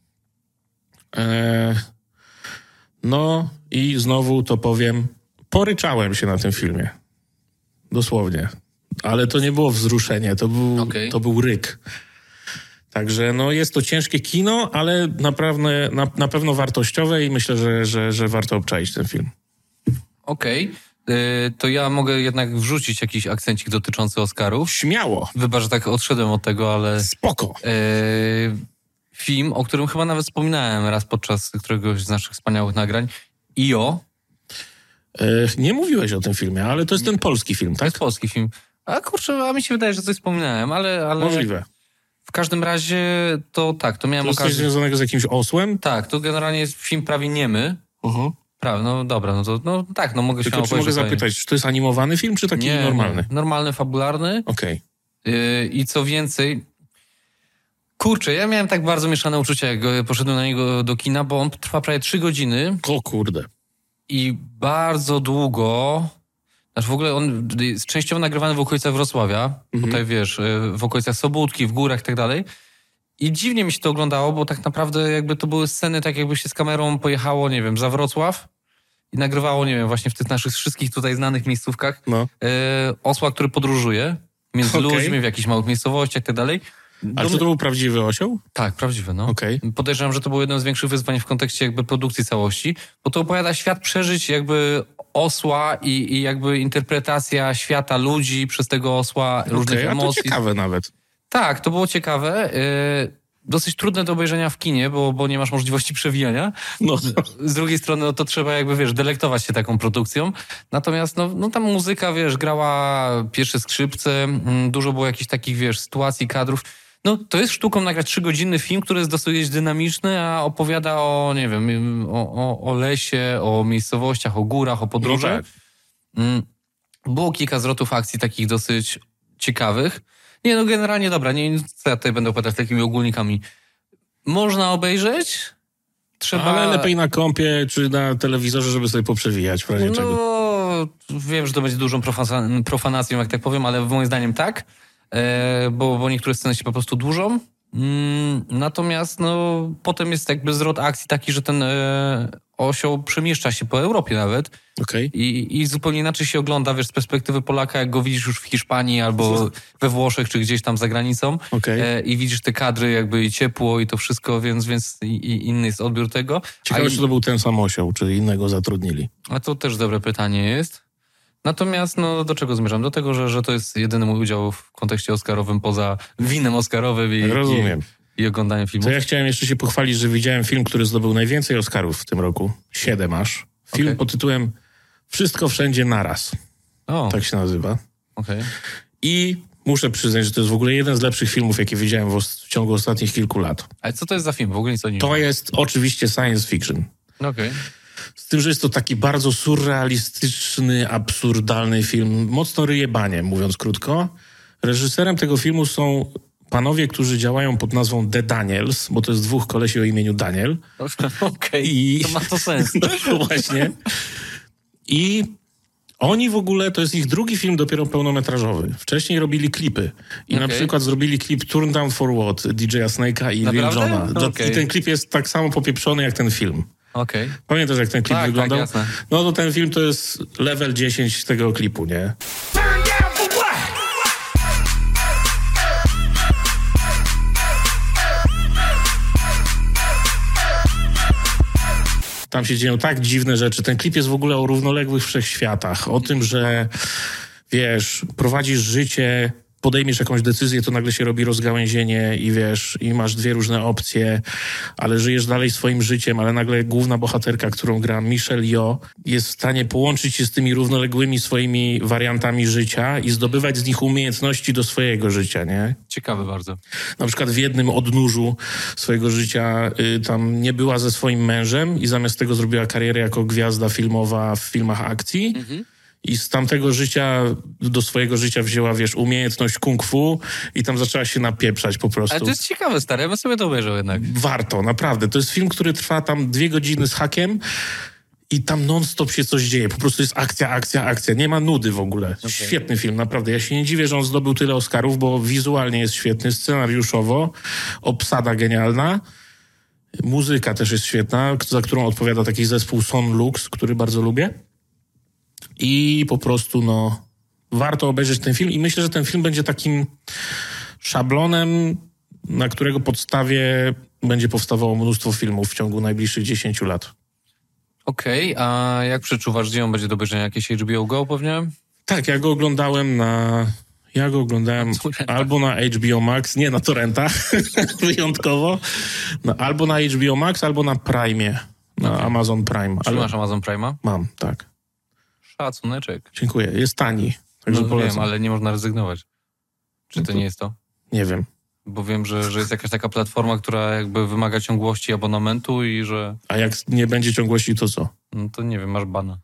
I znowu to powiem, poryczałem się na tym filmie. Dosłownie. Ale to nie było wzruszenie, to był ryk. Także jest to ciężkie kino, ale na pewno wartościowe i myślę, że warto obczaić ten film. Okej. To ja mogę jednak wrzucić jakiś akcencik dotyczący Oscarów. Śmiało. Wybacz, że tak odszedłem od tego, ale... Spoko. Film, o którym chyba nawet wspominałem raz podczas któregoś z naszych wspaniałych nagrań. I.O. Nie mówiłeś o tym filmie, ale to jest ten polski film, To tak? jest polski film. A kurczę, a mi się wydaje, że coś wspominałem, ale Możliwe. w każdym razie to tak, to miałem To jest coś okazję... związanego z jakimś osłem? Tak, to generalnie jest film prawie niemy. Prawda, no dobra, no to no tak, no mogę Tylko śmiało czy mogę powiedzieć, że zapytać, czy to jest animowany film, czy taki normalny? Nie, normalny, fabularny. Okej. I co więcej, kurczę, ja miałem tak bardzo mieszane uczucia, jak poszedłem na niego do kina, bo on trwa prawie 3 godziny O kurde. i bardzo długo... Znaczy w ogóle on jest częściowo nagrywany w okolicach Wrocławia, tutaj wiesz, w okolicach Sobótki, w górach i tak dalej. I dziwnie mi się to oglądało, bo tak naprawdę jakby to były sceny tak jakby się z kamerą pojechało, nie wiem, za Wrocław i nagrywało, nie wiem, właśnie w tych naszych wszystkich tutaj znanych miejscówkach osła, który podróżuje między ludźmi w jakichś małych miejscowościach i tak dalej. A czy to był prawdziwy osioł? Tak, prawdziwy, no. Okej. Podejrzewam, że to było jedno z większych wyzwań w kontekście jakby produkcji całości, bo to opowiada świat przeżyć jakby osła i jakby interpretacja świata ludzi przez tego osła, różnych A to emocji. ciekawe nawet. Tak, to było ciekawe. Dosyć trudne do obejrzenia w kinie, bo nie masz możliwości przewijania. No. Z drugiej strony, no to trzeba jakby, wiesz, delektować się taką produkcją. Natomiast, no tam muzyka, wiesz, grała pierwsze skrzypce, dużo było jakichś takich, wiesz, sytuacji, kadrów. No, to jest sztuką nagrać 3-godzinny film, który jest dosyć dynamiczny, a opowiada o, nie wiem, o lesie, o miejscowościach, o górach, o podróżach. No tak. Było kilka zwrotów akcji takich dosyć ciekawych. Nie, no generalnie dobra, nie, co ja tutaj będę opowiadać takimi ogólnikami. Można obejrzeć, trzeba... Ale lepiej na kompie czy na telewizorze, żeby sobie poprzewijać w razie czego. No, wiem, że to będzie dużą profanacją, jak tak powiem, ale moim zdaniem tak, bo niektóre sceny się po prostu dłużą. Natomiast no, potem jest jakby zwrot akcji taki, że ten osioł przemieszcza się po Europie nawet. Okej. I zupełnie inaczej się ogląda, wiesz, z perspektywy Polaka, jak go widzisz już w Hiszpanii albo we Włoszech, czy gdzieś tam za granicą. I widzisz te kadry jakby i ciepło i to wszystko, więc inny jest odbiór tego. Ciekawe, czy to był ten sam osioł, czy innego zatrudnili. A to też dobre pytanie jest. Natomiast, no, do czego zmierzam? Do tego, że to jest jedyny mój udział w kontekście oscarowym poza winem oscarowym i oglądaniem filmów. To ja chciałem jeszcze się pochwalić, że widziałem film, który zdobył najwięcej Oscarów w tym roku. 7 aż. Film pod tytułem Wszystko wszędzie naraz. Tak się nazywa. I muszę przyznać, że to jest w ogóle jeden z lepszych filmów, jakie widziałem w ciągu ostatnich kilku lat. Ale co to jest za film? W ogóle nic o nim. To jest oczywiście science fiction. Z tym, że jest to taki bardzo surrealistyczny, absurdalny film. Mocno ryje banie, mówiąc krótko. Reżyserem tego filmu są panowie, którzy działają pod nazwą The Daniels, bo to jest 2 kolesi o imieniu Daniel. To ma to sens. No właśnie. I oni w ogóle, to jest ich drugi film dopiero pełnometrażowy. Wcześniej robili klipy. I na przykład zrobili klip Turn Down for What DJ'a Snake'a i Lil Jona. I ten klip jest tak samo popieprzony jak ten film. Pamiętasz, jak ten klip wyglądał? Tak, jasne. No to ten film to jest level 10 tego klipu, nie? Tam się dzieją tak dziwne rzeczy. Ten klip jest w ogóle o równoległych wszechświatach. O tym, że wiesz, prowadzisz życie, podejmiesz jakąś decyzję, to nagle się robi rozgałęzienie i wiesz, i masz 2 różne opcje, ale żyjesz dalej swoim życiem, ale nagle główna bohaterka, którą gra Michelle Yeoh, jest w stanie połączyć się z tymi równoległymi swoimi wariantami życia i zdobywać z nich umiejętności do swojego życia, nie? Ciekawe bardzo. Na przykład w jednym odnóżu swojego życia tam nie była ze swoim mężem i zamiast tego zrobiła karierę jako gwiazda filmowa w filmach akcji. I z tamtego życia do swojego życia wzięła, wiesz, umiejętność kung fu i tam zaczęła się napieprzać po prostu. Ale to jest ciekawe, stary, ja bym sobie to obejrzał jednak. Warto, naprawdę. To jest film, który trwa tam 2 godziny z hakiem i tam non-stop się coś dzieje. Po prostu jest akcja. Nie ma nudy w ogóle. Świetny film, naprawdę. Ja się nie dziwię, że on zdobył tyle Oscarów, bo wizualnie jest świetny, scenariuszowo, obsada genialna. Muzyka też jest świetna, za którą odpowiada taki zespół Son Lux, który bardzo lubię. I po prostu, no, warto obejrzeć ten film i myślę, że ten film będzie takim szablonem, na którego podstawie będzie powstawało mnóstwo filmów w ciągu najbliższych 10 lat. A jak przeczuwasz, gdzie on będzie do obejrzenia? Jakieś HBO Go pewnie? Tak, ja go oglądałem albo na HBO Max, nie na torrentach, wyjątkowo, albo na HBO Max, albo na Prime, na Amazon Prime. Czy masz Amazon Prime'a? Mam, tak. Szacuneczek. Dziękuję. Jest tani. Także No polecam. wiem, ale nie można rezygnować. Czy to nie jest to? Nie wiem. Bo wiem, że jest jakaś taka platforma, która jakby wymaga ciągłości abonamentu i że... A jak nie będzie ciągłości, to co? No to nie wiem, masz bana.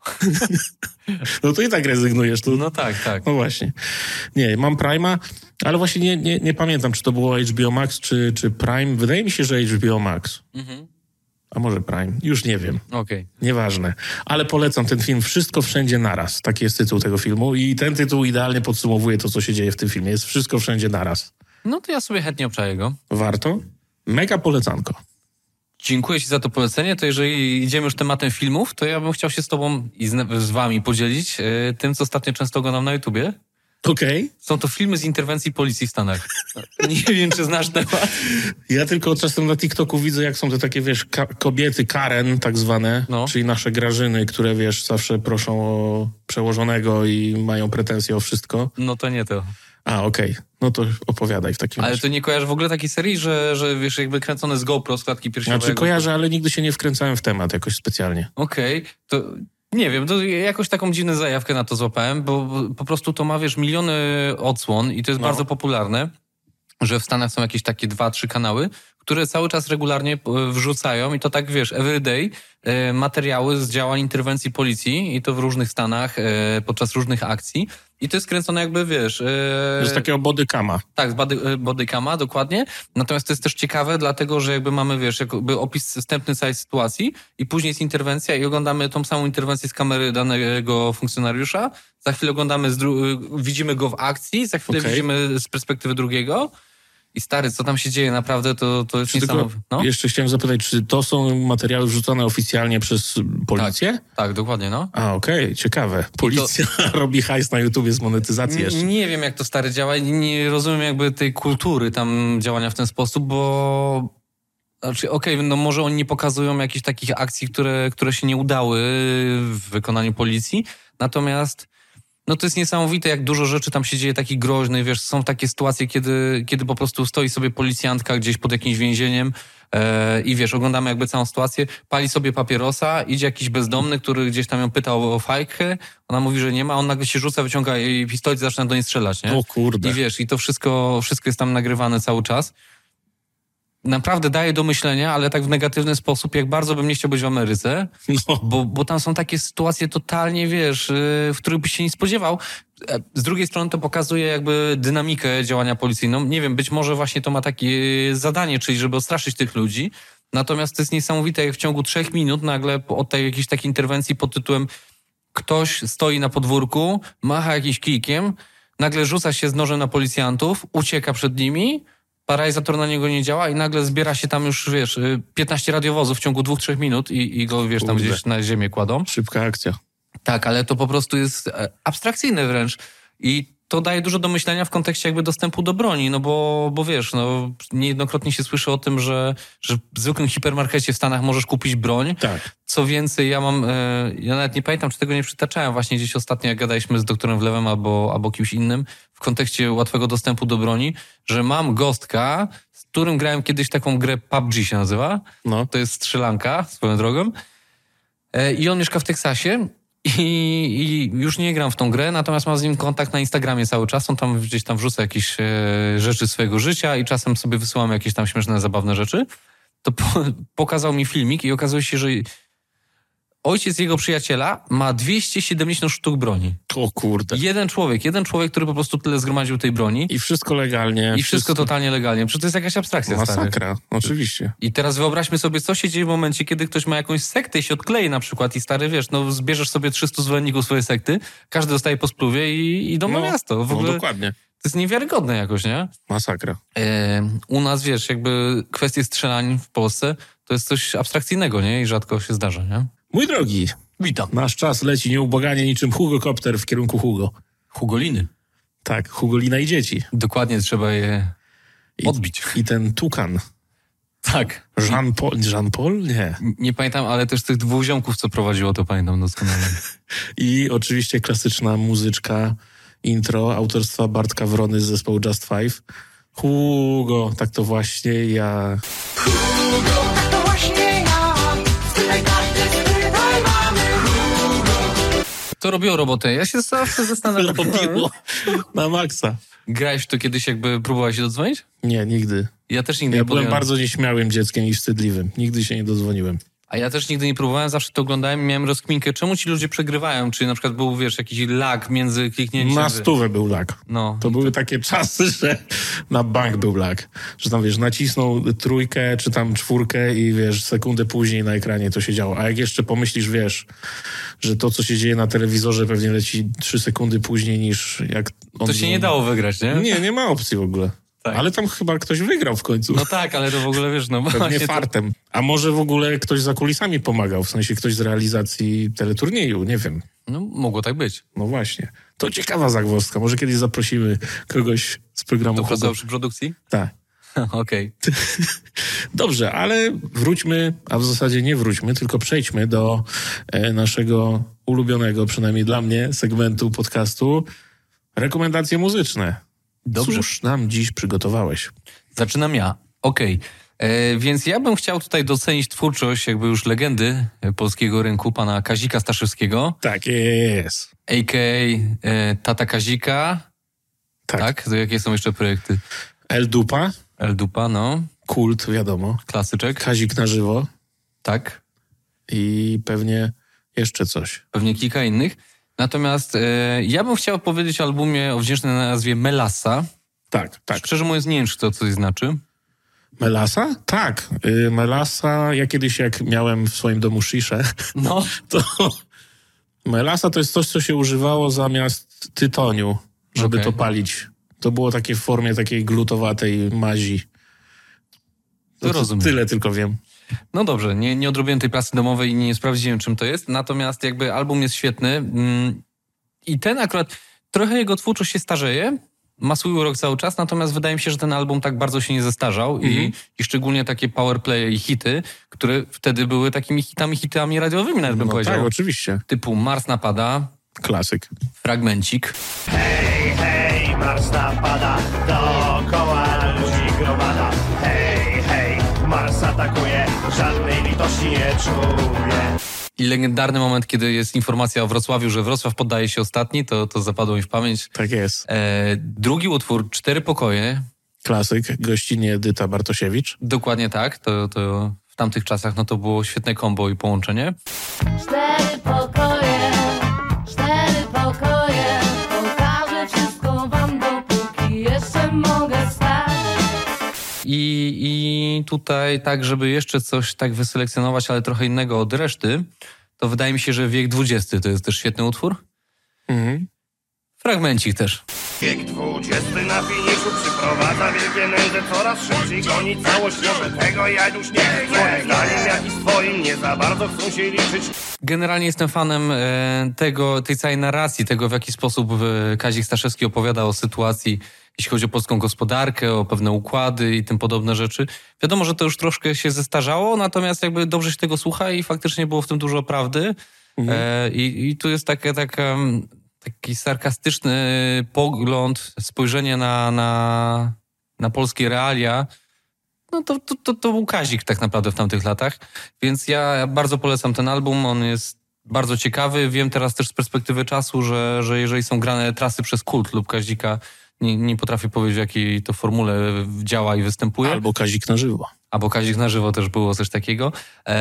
No to i tak rezygnujesz. To... No tak. No właśnie. Nie, mam Prime'a, ale właśnie nie pamiętam, czy to było HBO Max, czy Prime. Wydaje mi się, że HBO Max. A może Prime? Już nie wiem. Okej. Nieważne. Ale polecam ten film Wszystko Wszędzie Naraz. Taki jest tytuł tego filmu i ten tytuł idealnie podsumowuje to, co się dzieje w tym filmie. Jest Wszystko Wszędzie Naraz. No to ja sobie chętnie obczaję go. Warto? Mega polecanko. Dziękuję ci za to polecenie. To jeżeli idziemy już tematem filmów, to ja bym chciał się z tobą i z wami podzielić tym, co ostatnio często oglądam na YouTubie. Okej. Są to filmy z interwencji policji w Stanach. Nie wiem, czy znasz temat. Ja tylko czasem na TikToku widzę, jak są te takie, wiesz, kobiety Karen tak zwane, No. czyli nasze Grażyny, które, wiesz, zawsze proszą o przełożonego i mają pretensje o wszystko. No to nie to. A, okej. No to opowiadaj w takim Ale razie. to nie kojarzysz w ogóle takiej serii, że wiesz, jakby kręcone z GoPro, z klatki piersiowego? Znaczy kojarzę, ale nigdy się nie wkręcałem w temat jakoś specjalnie. Okej, to nie wiem, to jakoś taką dziwną zajawkę na to złapałem, bo po prostu to ma, wiesz, miliony odsłon i to jest bardzo popularne, że w Stanach są jakieś takie 2-3 kanały, które cały czas regularnie wrzucają i to tak, wiesz, everyday materiały z działań interwencji policji i to w różnych stanach podczas różnych akcji i to jest kręcone jakby, wiesz... To jest takiego bodycama. Tak, z bodycama, dokładnie. Natomiast to jest też ciekawe, dlatego, że jakby mamy, wiesz, jakby opis wstępny całej sytuacji i później jest interwencja i oglądamy tą samą interwencję z kamery danego funkcjonariusza. Za chwilę oglądamy, widzimy go w akcji, za chwilę widzimy z perspektywy drugiego. I stary, co tam się dzieje naprawdę, to jest niesamowite. No? Jeszcze chciałem zapytać, czy to są materiały wrzucone oficjalnie przez policję? Tak, dokładnie, no. A, okej, ciekawe. Policja robi hajs na YouTubie z monetyzacji jeszcze. Nie wiem, jak to stary działa i nie rozumiem jakby tej kultury tam działania w ten sposób, bo... Znaczy, no może oni nie pokazują jakichś takich akcji, które się nie udały w wykonaniu policji, natomiast no to jest niesamowite, jak dużo rzeczy tam się dzieje takich groźnych, wiesz, są takie sytuacje, kiedy po prostu stoi sobie policjantka gdzieś pod jakimś więzieniem i wiesz, oglądamy jakby całą sytuację, pali sobie papierosa, idzie jakiś bezdomny, który gdzieś tam ją pytał o fajkę, ona mówi, że nie ma, on nagle się rzuca, wyciąga jej pistolet i zaczyna do niej strzelać, nie? O kurde. I wiesz, i to wszystko jest tam nagrywane cały czas. Naprawdę daje do myślenia, ale tak w negatywny sposób, jak bardzo bym nie chciał być w Ameryce, bo tam są takie sytuacje totalnie, wiesz, w których byś się nie spodziewał. Z drugiej strony to pokazuje jakby dynamikę działania policyjną. Nie wiem, być może właśnie to ma takie zadanie, czyli żeby odstraszyć tych ludzi. Natomiast to jest niesamowite, jak w ciągu 3 minut nagle od tej jakiejś takiej interwencji pod tytułem ktoś stoi na podwórku, macha jakimś kijkiem, nagle rzuca się z nożem na policjantów, ucieka przed nimi, paralizator na niego nie działa i nagle zbiera się tam już, wiesz, 15 radiowozów w ciągu 2-3 minut i go, wiesz, tam gdzieś na ziemię kładą. Szybka akcja. Tak, ale to po prostu jest abstrakcyjne wręcz i to daje dużo do myślenia w kontekście jakby dostępu do broni, no bo wiesz, no niejednokrotnie się słyszy o tym, że w zwykłym hipermarkecie w Stanach możesz kupić broń. Tak. Co więcej, ja nawet nie pamiętam, czy tego nie przytaczałem właśnie gdzieś ostatnio, jak gadaliśmy z doktorem Wlewem albo kimś innym w kontekście łatwego dostępu do broni, że mam gostka, z którym grałem kiedyś taką grę PUBG się nazywa. No. To jest strzelanka, swoją drogą. I on mieszka w Teksasie. I już nie gram w tą grę, natomiast mam z nim kontakt na Instagramie cały czas. On tam gdzieś tam wrzuca jakieś rzeczy swojego życia i czasem sobie wysyłamy jakieś tam śmieszne, zabawne rzeczy. To pokazał mi filmik i okazuje się, że ojciec jego przyjaciela ma 270 sztuk broni. O kurde. Jeden człowiek, który po prostu tyle zgromadził tej broni. I wszystko legalnie. I wszystko totalnie legalnie. Przecież to jest jakaś abstrakcja. Masakra, oczywiście. I teraz wyobraźmy sobie, co się dzieje w momencie, kiedy ktoś ma jakąś sektę i się odklei na przykład i stary, wiesz, no zbierzesz sobie 300 zwolenników swojej sekty, każdy dostaje po spluwie i idą na miasto. W ogóle no dokładnie. To jest niewiarygodne jakoś, nie? Masakra. U nas, wiesz, jakby kwestie strzelań w Polsce to jest coś abstrakcyjnego, nie? I rzadko się zdarza, nie? Mój drogi, witam. Nasz czas leci nieubłaganie niczym Hugokopter w kierunku Hugo. Hugoliny. Tak, Hugolina i dzieci. Dokładnie, trzeba je odbić. I ten tukan. Tak. Jean-Paul? Nie. Nie pamiętam, ale też tych 2 ziomków, co prowadziło, to pamiętam doskonale. I oczywiście klasyczna muzyczka intro autorstwa Bartka Wrony z zespołu Just Five. Hugo, tak to właśnie ja. Hugo, tak to właśnie ja. Tyle każdy spytaj mamy. Hugo. To robiło robotę. Ja się zawsze zastanawiam. Robiło na maksa. Grałeś w to kiedyś, jakby próbowałeś się dodzwonić? Nie, nigdy. Ja też nigdy Ja nie byłem podjąłem. bardzo nieśmiałym dzieckiem i wstydliwym. Nigdy się nie dodzwoniłem. A ja też nigdy nie próbowałem, zawsze to oglądałem i miałem rozkminkę, czemu ci ludzie przegrywają? Czy na przykład był, wiesz, jakiś lag między kliknięciem... Na 100 był lag. No. To były takie czasy, że na bank był lag. Że tam, wiesz, nacisnął 3 czy tam 4 i, wiesz, sekundę później na ekranie to się działo. A jak jeszcze pomyślisz, wiesz, że to, co się dzieje na telewizorze pewnie leci 3 sekundy później niż jak on... To się nie dało wygrać, nie? Nie ma opcji w ogóle. Tak. Ale tam chyba ktoś wygrał w końcu. No tak, ale to w ogóle, wiesz, no Pewnie właśnie... fartem. A może w ogóle ktoś za kulisami pomagał, w sensie ktoś z realizacji teleturnieju, nie wiem. No mogło tak być. No właśnie. To ciekawa zagwozdka. Może kiedyś zaprosimy kogoś z programu To Hugo. pracował przy produkcji? Tak. Okej. Dobrze, ale wróćmy, a w zasadzie nie wróćmy, tylko przejdźmy do naszego ulubionego, przynajmniej dla mnie, segmentu podcastu. Rekomendacje muzyczne. Dobrze. Cóż nam dziś przygotowałeś? Zaczynam ja. Okej. Więc ja bym chciał tutaj docenić twórczość jakby już legendy polskiego rynku, pana Kazika Staszewskiego, Tak jest. a.k.a. Tata Kazika. Tak. Tak? To jakie są jeszcze projekty? El Dupa, El Dupa, no. Kult, wiadomo. Klasyczek. Kazik na żywo Tak. i pewnie jeszcze coś. Pewnie kilka innych. Natomiast ja bym chciał powiedzieć o albumie o wdzięcznej nazwie Melassa. Tak, tak. Szczerze mówiąc nie wiem, czy to coś znaczy. Melasa? Tak. Melasa, ja kiedyś jak miałem w swoim domu sziszę, No. to melasa to jest coś, co się używało zamiast tytoniu, żeby Okej. to palić. To było takie w formie takiej glutowatej mazi. To rozumiem. Tyle tylko wiem. No dobrze, nie odrobiłem tej pracy domowej i nie sprawdziłem, czym to jest. Natomiast jakby album jest świetny. I ten akurat, trochę jego twórczość się starzeje. Ma swój urok cały czas, natomiast wydaje mi się, że ten album tak bardzo się nie zestarzał i szczególnie takie powerplay i hity, które wtedy były takimi hitami radiowymi, nawet bym No powiedział. tak, oczywiście. Typu Mars napada, Klasyk. Fragmencik. Hej, hej, Mars napada, dookoła ludzi gromada. Hej, hej, Mars atakuje, żadnej litości nie czuje. I legendarny moment, kiedy jest informacja o Wrocławiu, że Wrocław poddaje się ostatni, to zapadło mi w pamięć. Tak jest. Drugi utwór, 4 pokoje. Klasyk. Gościnie Edyta Bartosiewicz. Dokładnie tak. To w tamtych czasach no to było świetne kombo i połączenie. 4 pokoje, 4 pokoje. Pokażę wszystko wam, dopóki jeszcze mogę stać. I tutaj tak, żeby jeszcze coś tak wyselekcjonować, ale trochę innego od reszty, to wydaje mi się, że Wiek XX to jest też świetny utwór. Fragmencik też. Wiek XX na finiszu przyprowadza wielkie nędze, coraz szybciej goni całość, może tego ja już nie chcę. Moim zdaniem jak i swoim nie za bardzo chcą się liczyć. Generalnie jestem fanem tej całej narracji, tego w jaki sposób Kazik Staszewski opowiada o sytuacji, jeśli chodzi o polską gospodarkę, o pewne układy i tym podobne rzeczy. Wiadomo, że to już troszkę się zestarzało, natomiast jakby dobrze się tego słucha i faktycznie było w tym dużo prawdy. I tu jest taki sarkastyczny pogląd, spojrzenie na polskie realia. No to był Kazik tak naprawdę w tamtych latach. Więc ja bardzo polecam ten album. On jest bardzo ciekawy. Wiem teraz też z perspektywy czasu, że jeżeli są grane trasy przez Kult lub Kazika, nie potrafię powiedzieć, w jakiej to formule działa i występuje. Albo Kazik na żywo. Albo Kazik na żywo też było coś takiego.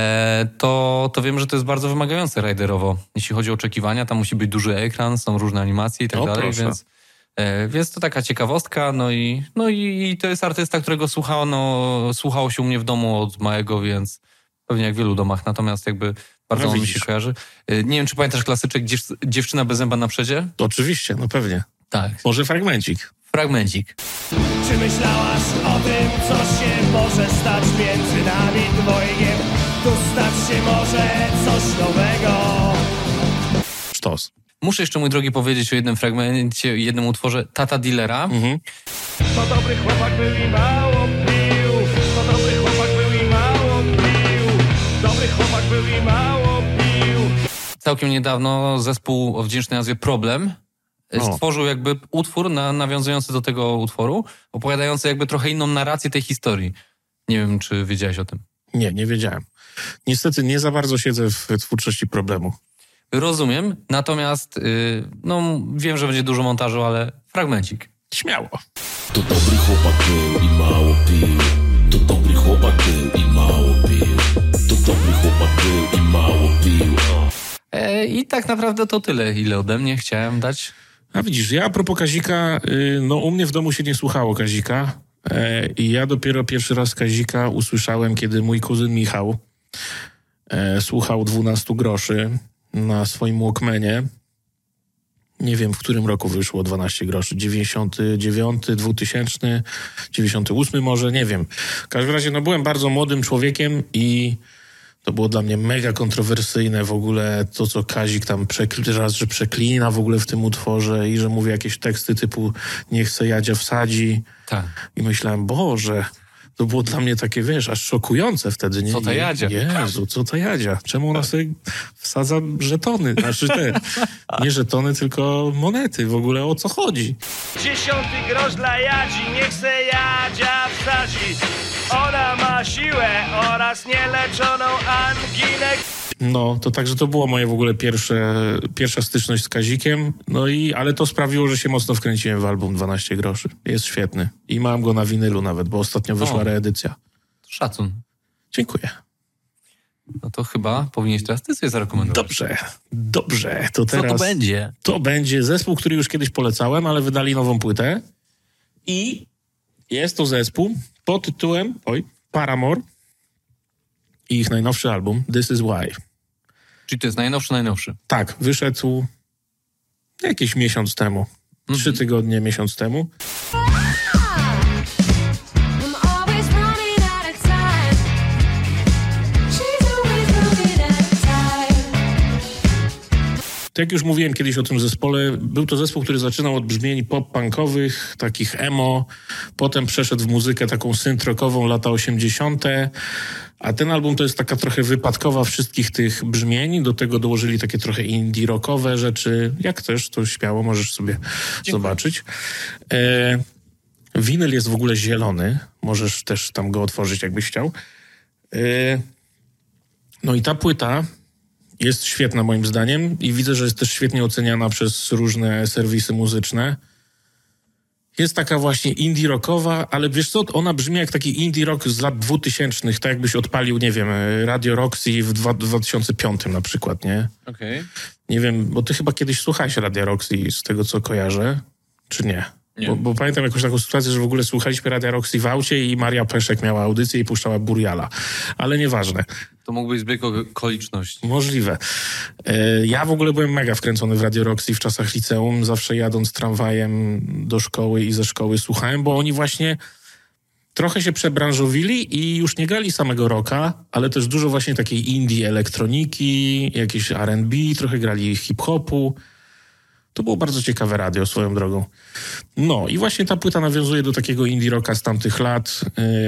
To wiem, że to jest bardzo wymagające riderowo. Jeśli chodzi o oczekiwania, tam musi być duży ekran, są różne animacje i tak O, dalej, proszę. więc to taka ciekawostka. No i to jest artysta, którego słuchało się u mnie w domu od małego, więc pewnie jak w wielu domach. Natomiast jakby bardzo No on mi widzisz. się kojarzy. Nie wiem, czy pamiętasz klasyczek Dziewczyna bez zęba na przedzie? Oczywiście, no pewnie. Tak. Może fragmencik. Fragmencik. Czy myślałaś o tym, co się może stać między nami dwojgiem? Tu stać się może coś nowego. Sztos. Muszę jeszcze, mój drogi, powiedzieć o jednym fragmencie, jednym utworze Tata Dealera. To dobry chłopak był i mało pił. To dobry chłopak był i mało pił. Dobry chłopak był i mało pił. Całkiem niedawno zespół o wdzięcznej nazwie Problem stworzył jakby utwór nawiązujący do tego utworu, opowiadający jakby trochę inną narrację tej historii. Nie wiem, czy wiedziałeś o tym. Nie wiedziałem. Niestety nie za bardzo siedzę w twórczości Problemu. Rozumiem, natomiast no wiem, że będzie dużo montażu, ale fragmencik. Śmiało. To dobry chłopak był i mało pił. To dobry chłopak był i mało pił. To dobry chłopak był i mało pił. I tak naprawdę to tyle, ile ode mnie chciałem dać. A widzisz, ja a propos Kazika, no u mnie w domu się nie słuchało Kazika i ja dopiero pierwszy raz Kazika usłyszałem, kiedy mój kuzyn Michał słuchał 12 groszy na swoim Walkmanie. Nie wiem, w którym roku wyszło 12 groszy. 99, 2000, 98 może, nie wiem. W każdym razie, no byłem bardzo młodym człowiekiem i to było dla mnie mega kontrowersyjne w ogóle to, co Kazik tam raz, że przeklina w ogóle w tym utworze i że mówi jakieś teksty typu niech se Jadzia wsadzi. Tak. I myślałem, Boże, to było dla mnie takie, wiesz, aż szokujące wtedy. Nie? Co ta Jadzia? Jezu, co ta Jadzia? Czemu ona sobie wsadza żetony? Znaczy nie żetony, tylko monety. W ogóle o co chodzi? 10 grosz dla Jadzi, niech se Jadzia wsadzi. Ona ma siłę oraz nieleczoną anginę. No, to także to było moje w ogóle pierwsza styczność z Kazikiem. No ale to sprawiło, że się mocno wkręciłem w album 12 groszy. Jest świetny. I mam go na winylu nawet, bo ostatnio wyszła reedycja. Szacun. Dziękuję. No to chyba powinieneś teraz ty sobie zarekomendować. Dobrze. To teraz... Co to będzie? To będzie zespół, który już kiedyś polecałem, ale wydali nową płytę. I jest to zespół pod tytułem Paramore i ich najnowszy album This Is Why. Czyli to jest najnowszy. Tak, wyszedł jakiś miesiąc temu. 3 tygodnie, miesiąc temu. I'm always running out of time. She's always running out of time. Tak jak już mówiłem kiedyś o tym zespole, był to zespół, który zaczynał od brzmień pop-punkowych, takich emo, potem przeszedł w muzykę taką synth-rockową lata 80., a ten album to jest taka trochę wypadkowa wszystkich tych brzmień, do tego dołożyli takie trochę indie-rockowe rzeczy, jak chcesz, to śmiało możesz sobie zobaczyć. Winyl jest w ogóle zielony, możesz też tam go otworzyć, jakbyś chciał. No i ta płyta jest świetna moim zdaniem i widzę, że jest też świetnie oceniana przez różne serwisy muzyczne. Jest taka właśnie indie rockowa, ale wiesz co, ona brzmi jak taki indie rock z lat 2000, tak jakbyś odpalił, nie wiem, Radio Roxy w 2005 na przykład, nie? Okej. Nie wiem, bo ty chyba kiedyś słuchałeś Radio Roxy z tego, co kojarzę, czy nie? Nie. Bo pamiętam jakąś taką sytuację, że w ogóle słuchaliśmy Radia Roxy w aucie i Maria Peszek miała audycję i puszczała Buriala. Ale nieważne. To mógł być zbieg okoliczności. Możliwe. Ja w ogóle byłem mega wkręcony w Radio Roxy w czasach liceum. Zawsze jadąc tramwajem do szkoły i ze szkoły słuchałem, bo oni właśnie trochę się przebranżowili i już nie grali samego rocka, ale też dużo właśnie takiej indie elektroniki, jakieś R&B, trochę grali hip-hopu. To było bardzo ciekawe radio swoją drogą. No i właśnie ta płyta nawiązuje do takiego indie rocka z tamtych lat.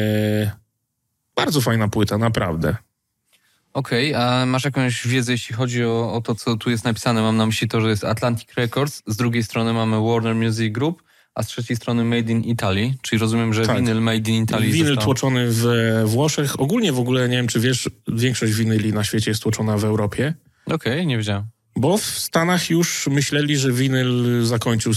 Bardzo fajna płyta, naprawdę. Okej, a masz jakąś wiedzę, jeśli chodzi o to, co tu jest napisane? Mam na myśli to, że jest Atlantic Records, z drugiej strony mamy Warner Music Group, a z trzeciej strony Made in Italy, czyli rozumiem, że Tak. winyl Made in Italy Winyl został... tłoczony w Włoszech. Ogólnie w ogóle, nie wiem czy wiesz, większość winyli na świecie jest tłoczona w Europie. Okej, nie wiedziałem. Bo w Stanach już myśleli, że winyl zakończył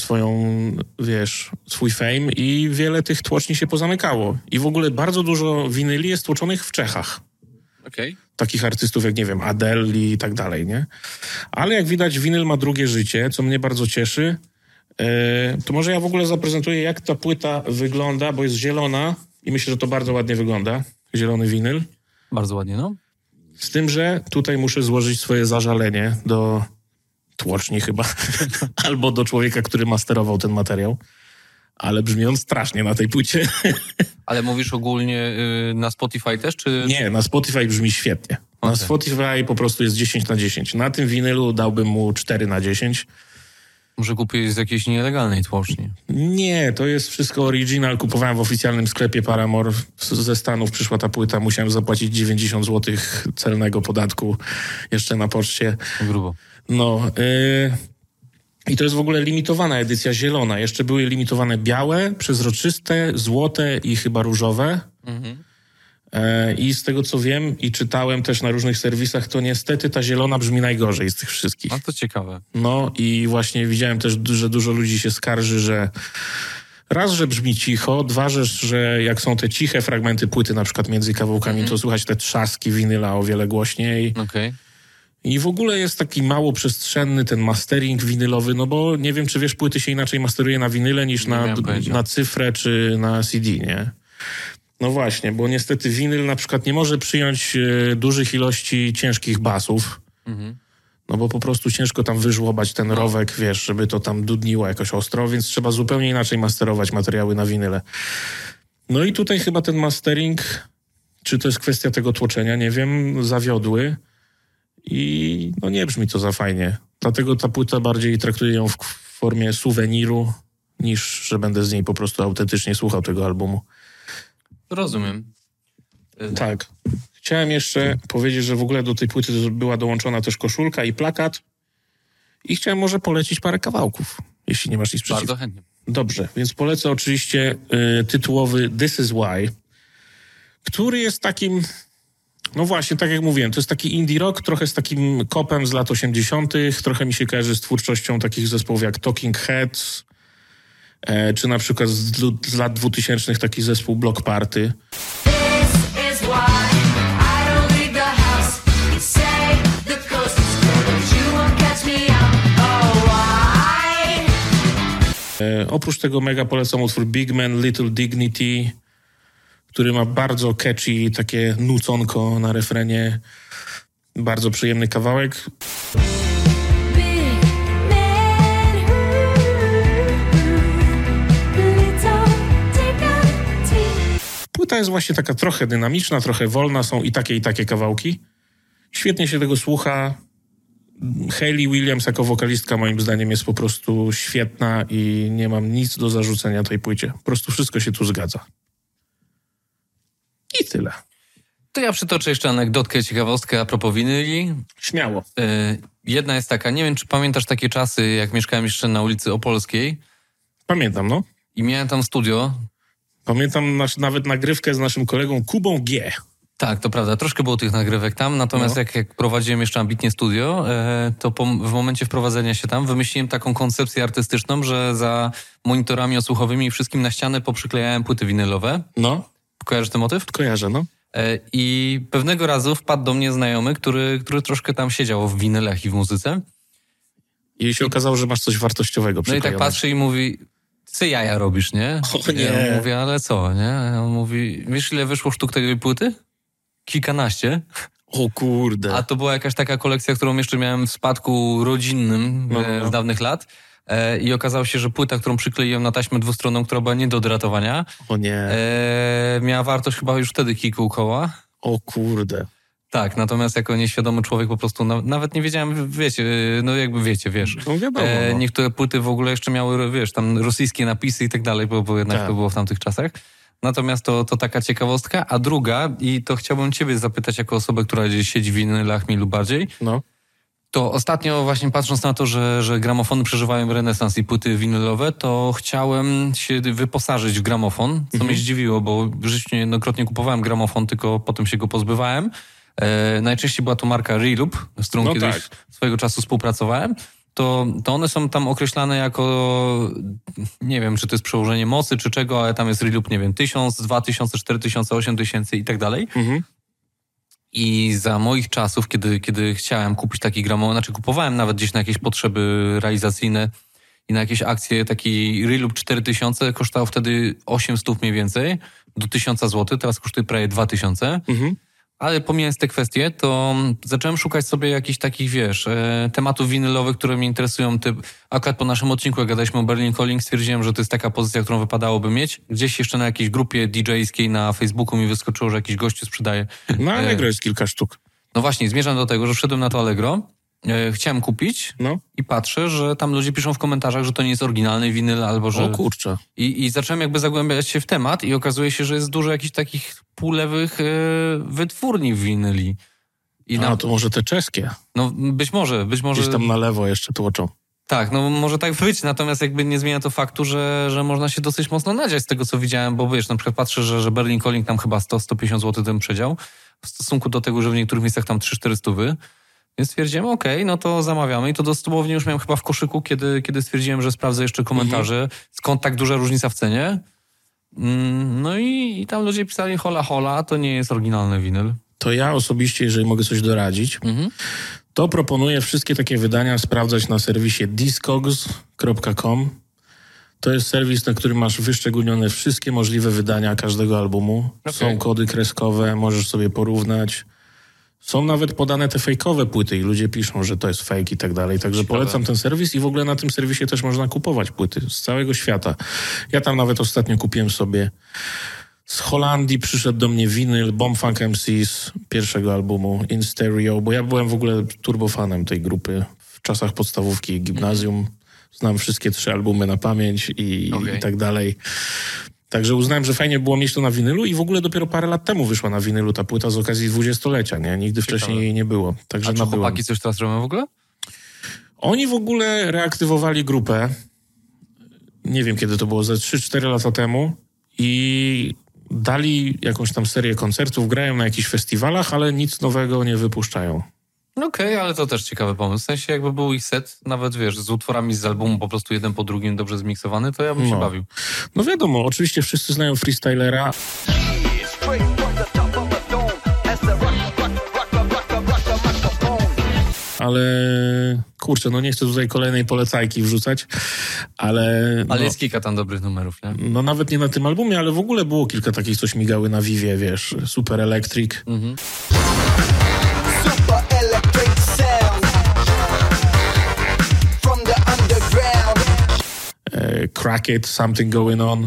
swój fame i wiele tych tłoczni się pozamykało. I w ogóle bardzo dużo winyli jest tłoczonych w Czechach. Okej. Takich artystów jak, nie wiem, Adele i tak dalej, nie? Ale jak widać, winyl ma drugie życie, co mnie bardzo cieszy. To może ja w ogóle zaprezentuję, jak ta płyta wygląda, bo jest zielona i myślę, że to bardzo ładnie wygląda. Zielony winyl. Bardzo ładnie, no. Z tym, że tutaj muszę złożyć swoje zażalenie do tłoczni chyba, albo do człowieka, który masterował ten materiał. Ale brzmi on strasznie na tej płycie. Ale mówisz ogólnie na Spotify też, czy... Nie, na Spotify brzmi świetnie. Na Okej. Spotify po prostu jest 10/10. Na tym winylu dałbym mu 4/10. Może kupiłeś z jakiejś nielegalnej tłoczni? Nie, to jest wszystko original. Kupowałem w oficjalnym sklepie Paramore. Ze Stanów przyszła ta płyta. Musiałem zapłacić 90 zł celnego podatku jeszcze na poczcie. Grubo. No, i to jest w ogóle limitowana edycja zielona. Jeszcze były limitowane białe, przezroczyste, złote i chyba różowe. I z tego co wiem i czytałem też na różnych serwisach, to niestety ta zielona brzmi najgorzej z tych wszystkich. No to ciekawe. No i właśnie widziałem też, że dużo ludzi się skarży, że raz, że brzmi cicho, dwa, że jak są te ciche fragmenty płyty, na przykład między kawałkami, to słychać te trzaski winyla o wiele głośniej. Okej. I w ogóle jest taki mało przestrzenny ten mastering winylowy, no bo nie wiem, czy wiesz, płyty się inaczej masteruje na winyle niż na cyfrę czy na CD, nie? No właśnie, bo niestety winyl na przykład nie może przyjąć dużych ilości ciężkich basów, no bo po prostu ciężko tam wyżłobać ten rowek, wiesz, żeby to tam dudniło jakoś ostro, więc trzeba zupełnie inaczej masterować materiały na winyle. No i tutaj chyba ten mastering, czy to jest kwestia tego tłoczenia, nie wiem, zawiodły i no nie brzmi to za fajnie. Dlatego ta płyta bardziej traktuję ją w formie suweniru, niż że będę z niej po prostu autentycznie słuchał tego albumu. Rozumiem. Tak. Chciałem jeszcze powiedzieć, że w ogóle do tej płyty była dołączona też koszulka i plakat i chciałem może polecić parę kawałków, jeśli nie masz nic przeciwko. Bardzo chętnie. Dobrze, więc polecę oczywiście tytułowy This Is Why, który jest takim, no właśnie, tak jak mówiłem, to jest taki indie rock, trochę z takim kopem z lat 80., trochę mi się kojarzy z twórczością takich zespołów jak Talking Heads, czy na przykład z lat 2000 taki zespół Block Party. This is why I don't leave the house. You say the coast is clear, but you won't catch me out. Oh, why? Oprócz tego mega polecam utwór Big Man, Little Dignity, który ma bardzo catchy, takie nuconko na refrenie. Bardzo przyjemny kawałek. Big man, little dignity. Płyta jest właśnie taka trochę dynamiczna, trochę wolna, są i takie kawałki. Świetnie się tego słucha. Hayley Williams jako wokalistka moim zdaniem jest po prostu świetna i nie mam nic do zarzucenia tej płycie. Po prostu wszystko się tu zgadza. I tyle. To ja przytoczę jeszcze anegdotkę, ciekawostkę a propos winyli. Śmiało. Jedna jest taka, nie wiem, czy pamiętasz takie czasy, jak mieszkałem jeszcze na ulicy Opolskiej Pamiętam, no. i miałem tam studio. Pamiętam nawet nagrywkę z naszym kolegą Kubą G. Tak, to prawda, troszkę było tych nagrywek tam, natomiast jak prowadziłem jeszcze ambitnie studio, to w momencie wprowadzenia się tam wymyśliłem taką koncepcję artystyczną, że za monitorami odsłuchowymi i wszystkim na ścianę poprzyklejałem płyty winylowe. No, Kojarzysz ten motyw? kojarzę, no. I pewnego razu wpadł do mnie znajomy, który troszkę tam siedział w winylach i w muzyce. I się okazało, że masz coś wartościowego No i przyklejone. tak patrzy i mówi, co jaja robisz, nie? O nie. Ja mówię, ale co, nie? A on mówi, wiesz ile wyszło sztuk tej płyty? Kilkanaście. O kurde. A to była jakaś taka kolekcja, którą jeszcze miałem w spadku rodzinnym z dawnych lat. I okazało się, że płyta, którą przykleiłem na taśmę dwustronną, która była nie do odratowania, O nie. miała wartość chyba już wtedy kilku koła. O kurde. Tak, natomiast jako nieświadomy człowiek po prostu nawet nie wiedziałem, wiecie, no jakby wiecie, wiesz. No wiadomo. No. Niektóre płyty w ogóle jeszcze miały, wiesz, tam rosyjskie napisy i tak dalej, bo jednak Tak. to było w tamtych czasach. Natomiast to taka ciekawostka. A druga, i to chciałbym ciebie zapytać jako osobę, która gdzieś siedzi w winylach mniej lub bardziej, No. to ostatnio właśnie patrząc na to, że gramofony przeżywają renesans i płyty winylowe, to chciałem się wyposażyć w gramofon, co mnie zdziwiło, bo w życiu niejednokrotnie kupowałem gramofon, tylko potem się go pozbywałem. Najczęściej była to marka Reloop, z którą No kiedyś tak. swojego czasu współpracowałem. To one są tam określane jako, nie wiem, czy to jest przełożenie mocy, czy czego, ale tam jest Reloop, nie wiem, 1000, 2000, 4000, 8000 i tak dalej. I za moich czasów, kiedy chciałem kupić taki gramofon, znaczy kupowałem nawet gdzieś na jakieś potrzeby realizacyjne i na jakieś akcje, taki Reloop 4000 kosztował wtedy 800 mniej więcej, do 1000 zł, teraz kosztuje prawie 2000. Ale pomijając te kwestie, to zacząłem szukać sobie jakichś takich, wiesz, tematów winylowych, które mnie interesują. Akurat po naszym odcinku, jak gadaliśmy o Berlin Calling, stwierdziłem, że to jest taka pozycja, którą wypadałoby mieć. Gdzieś jeszcze na jakiejś grupie DJ-skiej na Facebooku mi wyskoczyło, że jakiś gościu sprzedaje. Na Allegro jest kilka sztuk. No właśnie, zmierzam do tego, że wszedłem na to Allegro, chciałem kupić No. i patrzę, że tam ludzie piszą w komentarzach, że to nie jest oryginalny winyl, albo że... O kurczę. I zacząłem jakby zagłębiać się w temat i okazuje się, że jest dużo jakichś takich półlewych wytwórni winyli. I No to może te czeskie. no być może. Gdzieś tam na lewo jeszcze tłoczą. Tak, no może tak być, natomiast jakby nie zmienia to faktu, że można się dosyć mocno nadziać z tego, co widziałem, bo wiesz, na przykład patrzę, że Berlin Calling tam chyba 100-150 zł ten przedział, w stosunku do tego, że w niektórych miejscach tam 3-4 stówy. Więc stwierdziłem, okej, no to zamawiamy i to dosłownie już miałem chyba w koszyku, kiedy stwierdziłem, że sprawdzę jeszcze komentarze, skąd tak duża różnica w cenie. No i tam ludzie pisali hola, to nie jest oryginalny winyl. To ja osobiście, jeżeli mogę coś doradzić, to proponuję wszystkie takie wydania sprawdzać na serwisie discogs.com. To jest serwis, na którym masz wyszczególnione wszystkie możliwe wydania każdego albumu. Są kody kreskowe, możesz sobie porównać. Są nawet podane te fejkowe płyty i ludzie piszą, że to jest fake i tak dalej. Także polecam ten serwis i w ogóle na tym serwisie też można kupować płyty z całego świata. Ja tam nawet ostatnio kupiłem sobie z Holandii, przyszedł do mnie winyl Bomb Funk MCs pierwszego albumu In Stereo, bo ja byłem w ogóle turbofanem tej grupy w czasach podstawówki i gimnazjum. Znam wszystkie 3 albumy na pamięć i tak dalej. Także uznałem, że fajnie było mieć to na winylu i w ogóle dopiero parę lat temu wyszła na winylu ta płyta z okazji 20-lecia, nie? Nigdy wcześniej jej nie było. Także a czy chłopaki coś teraz robią w ogóle? Oni w ogóle reaktywowali grupę, nie wiem kiedy to było, ze 3-4 lata temu i dali jakąś tam serię koncertów, grają na jakichś festiwalach, ale nic nowego nie wypuszczają. Okej, ale to też ciekawy pomysł. W sensie jakby był ich set, nawet wiesz, z utworami z albumu po prostu jeden po drugim dobrze zmiksowany, to ja bym się bawił. No wiadomo, oczywiście wszyscy znają Freestylera. Ale kurczę, no nie chcę tutaj kolejnej polecajki wrzucać, ale... Ale jest kilka tam dobrych numerów, nie? No nawet nie na tym albumie, ale w ogóle było kilka takich, co śmigały na Vivie, wiesz, Super Electric. Super electric sound from the underground. Crack It, Something Going On.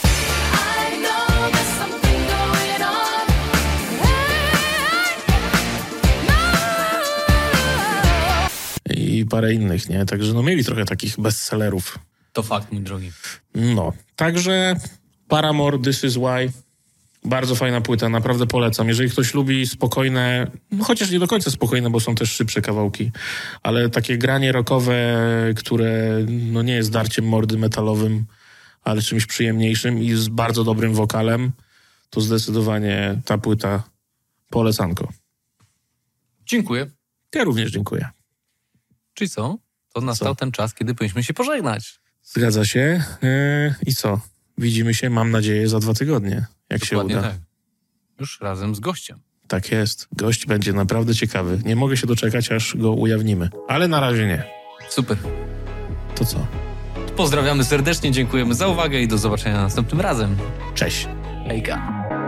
I parę innych, nie? Także no mieli trochę takich bestsellerów. To fakt, mój drogi. No, także Paramore, This Is Why. Bardzo fajna płyta, naprawdę polecam. Jeżeli ktoś lubi spokojne, no chociaż nie do końca spokojne, bo są też szybsze kawałki, ale takie granie rockowe, które no nie jest darciem mordy metalowym, ale czymś przyjemniejszym i z bardzo dobrym wokalem, to zdecydowanie ta płyta polecanko. Dziękuję. Ja również dziękuję. Czyli co? To nastał ten czas, kiedy powinniśmy się pożegnać. Zgadza się. I co? Widzimy się, mam nadzieję, za 2 tygodnie, jak Dokładnie się uda. tak. Już razem z gościem. Tak jest. Gość będzie naprawdę ciekawy. Nie mogę się doczekać, aż go ujawnimy. Ale na razie nie. Super. To co? Pozdrawiamy serdecznie, dziękujemy za uwagę i do zobaczenia następnym razem. Cześć. Hejka.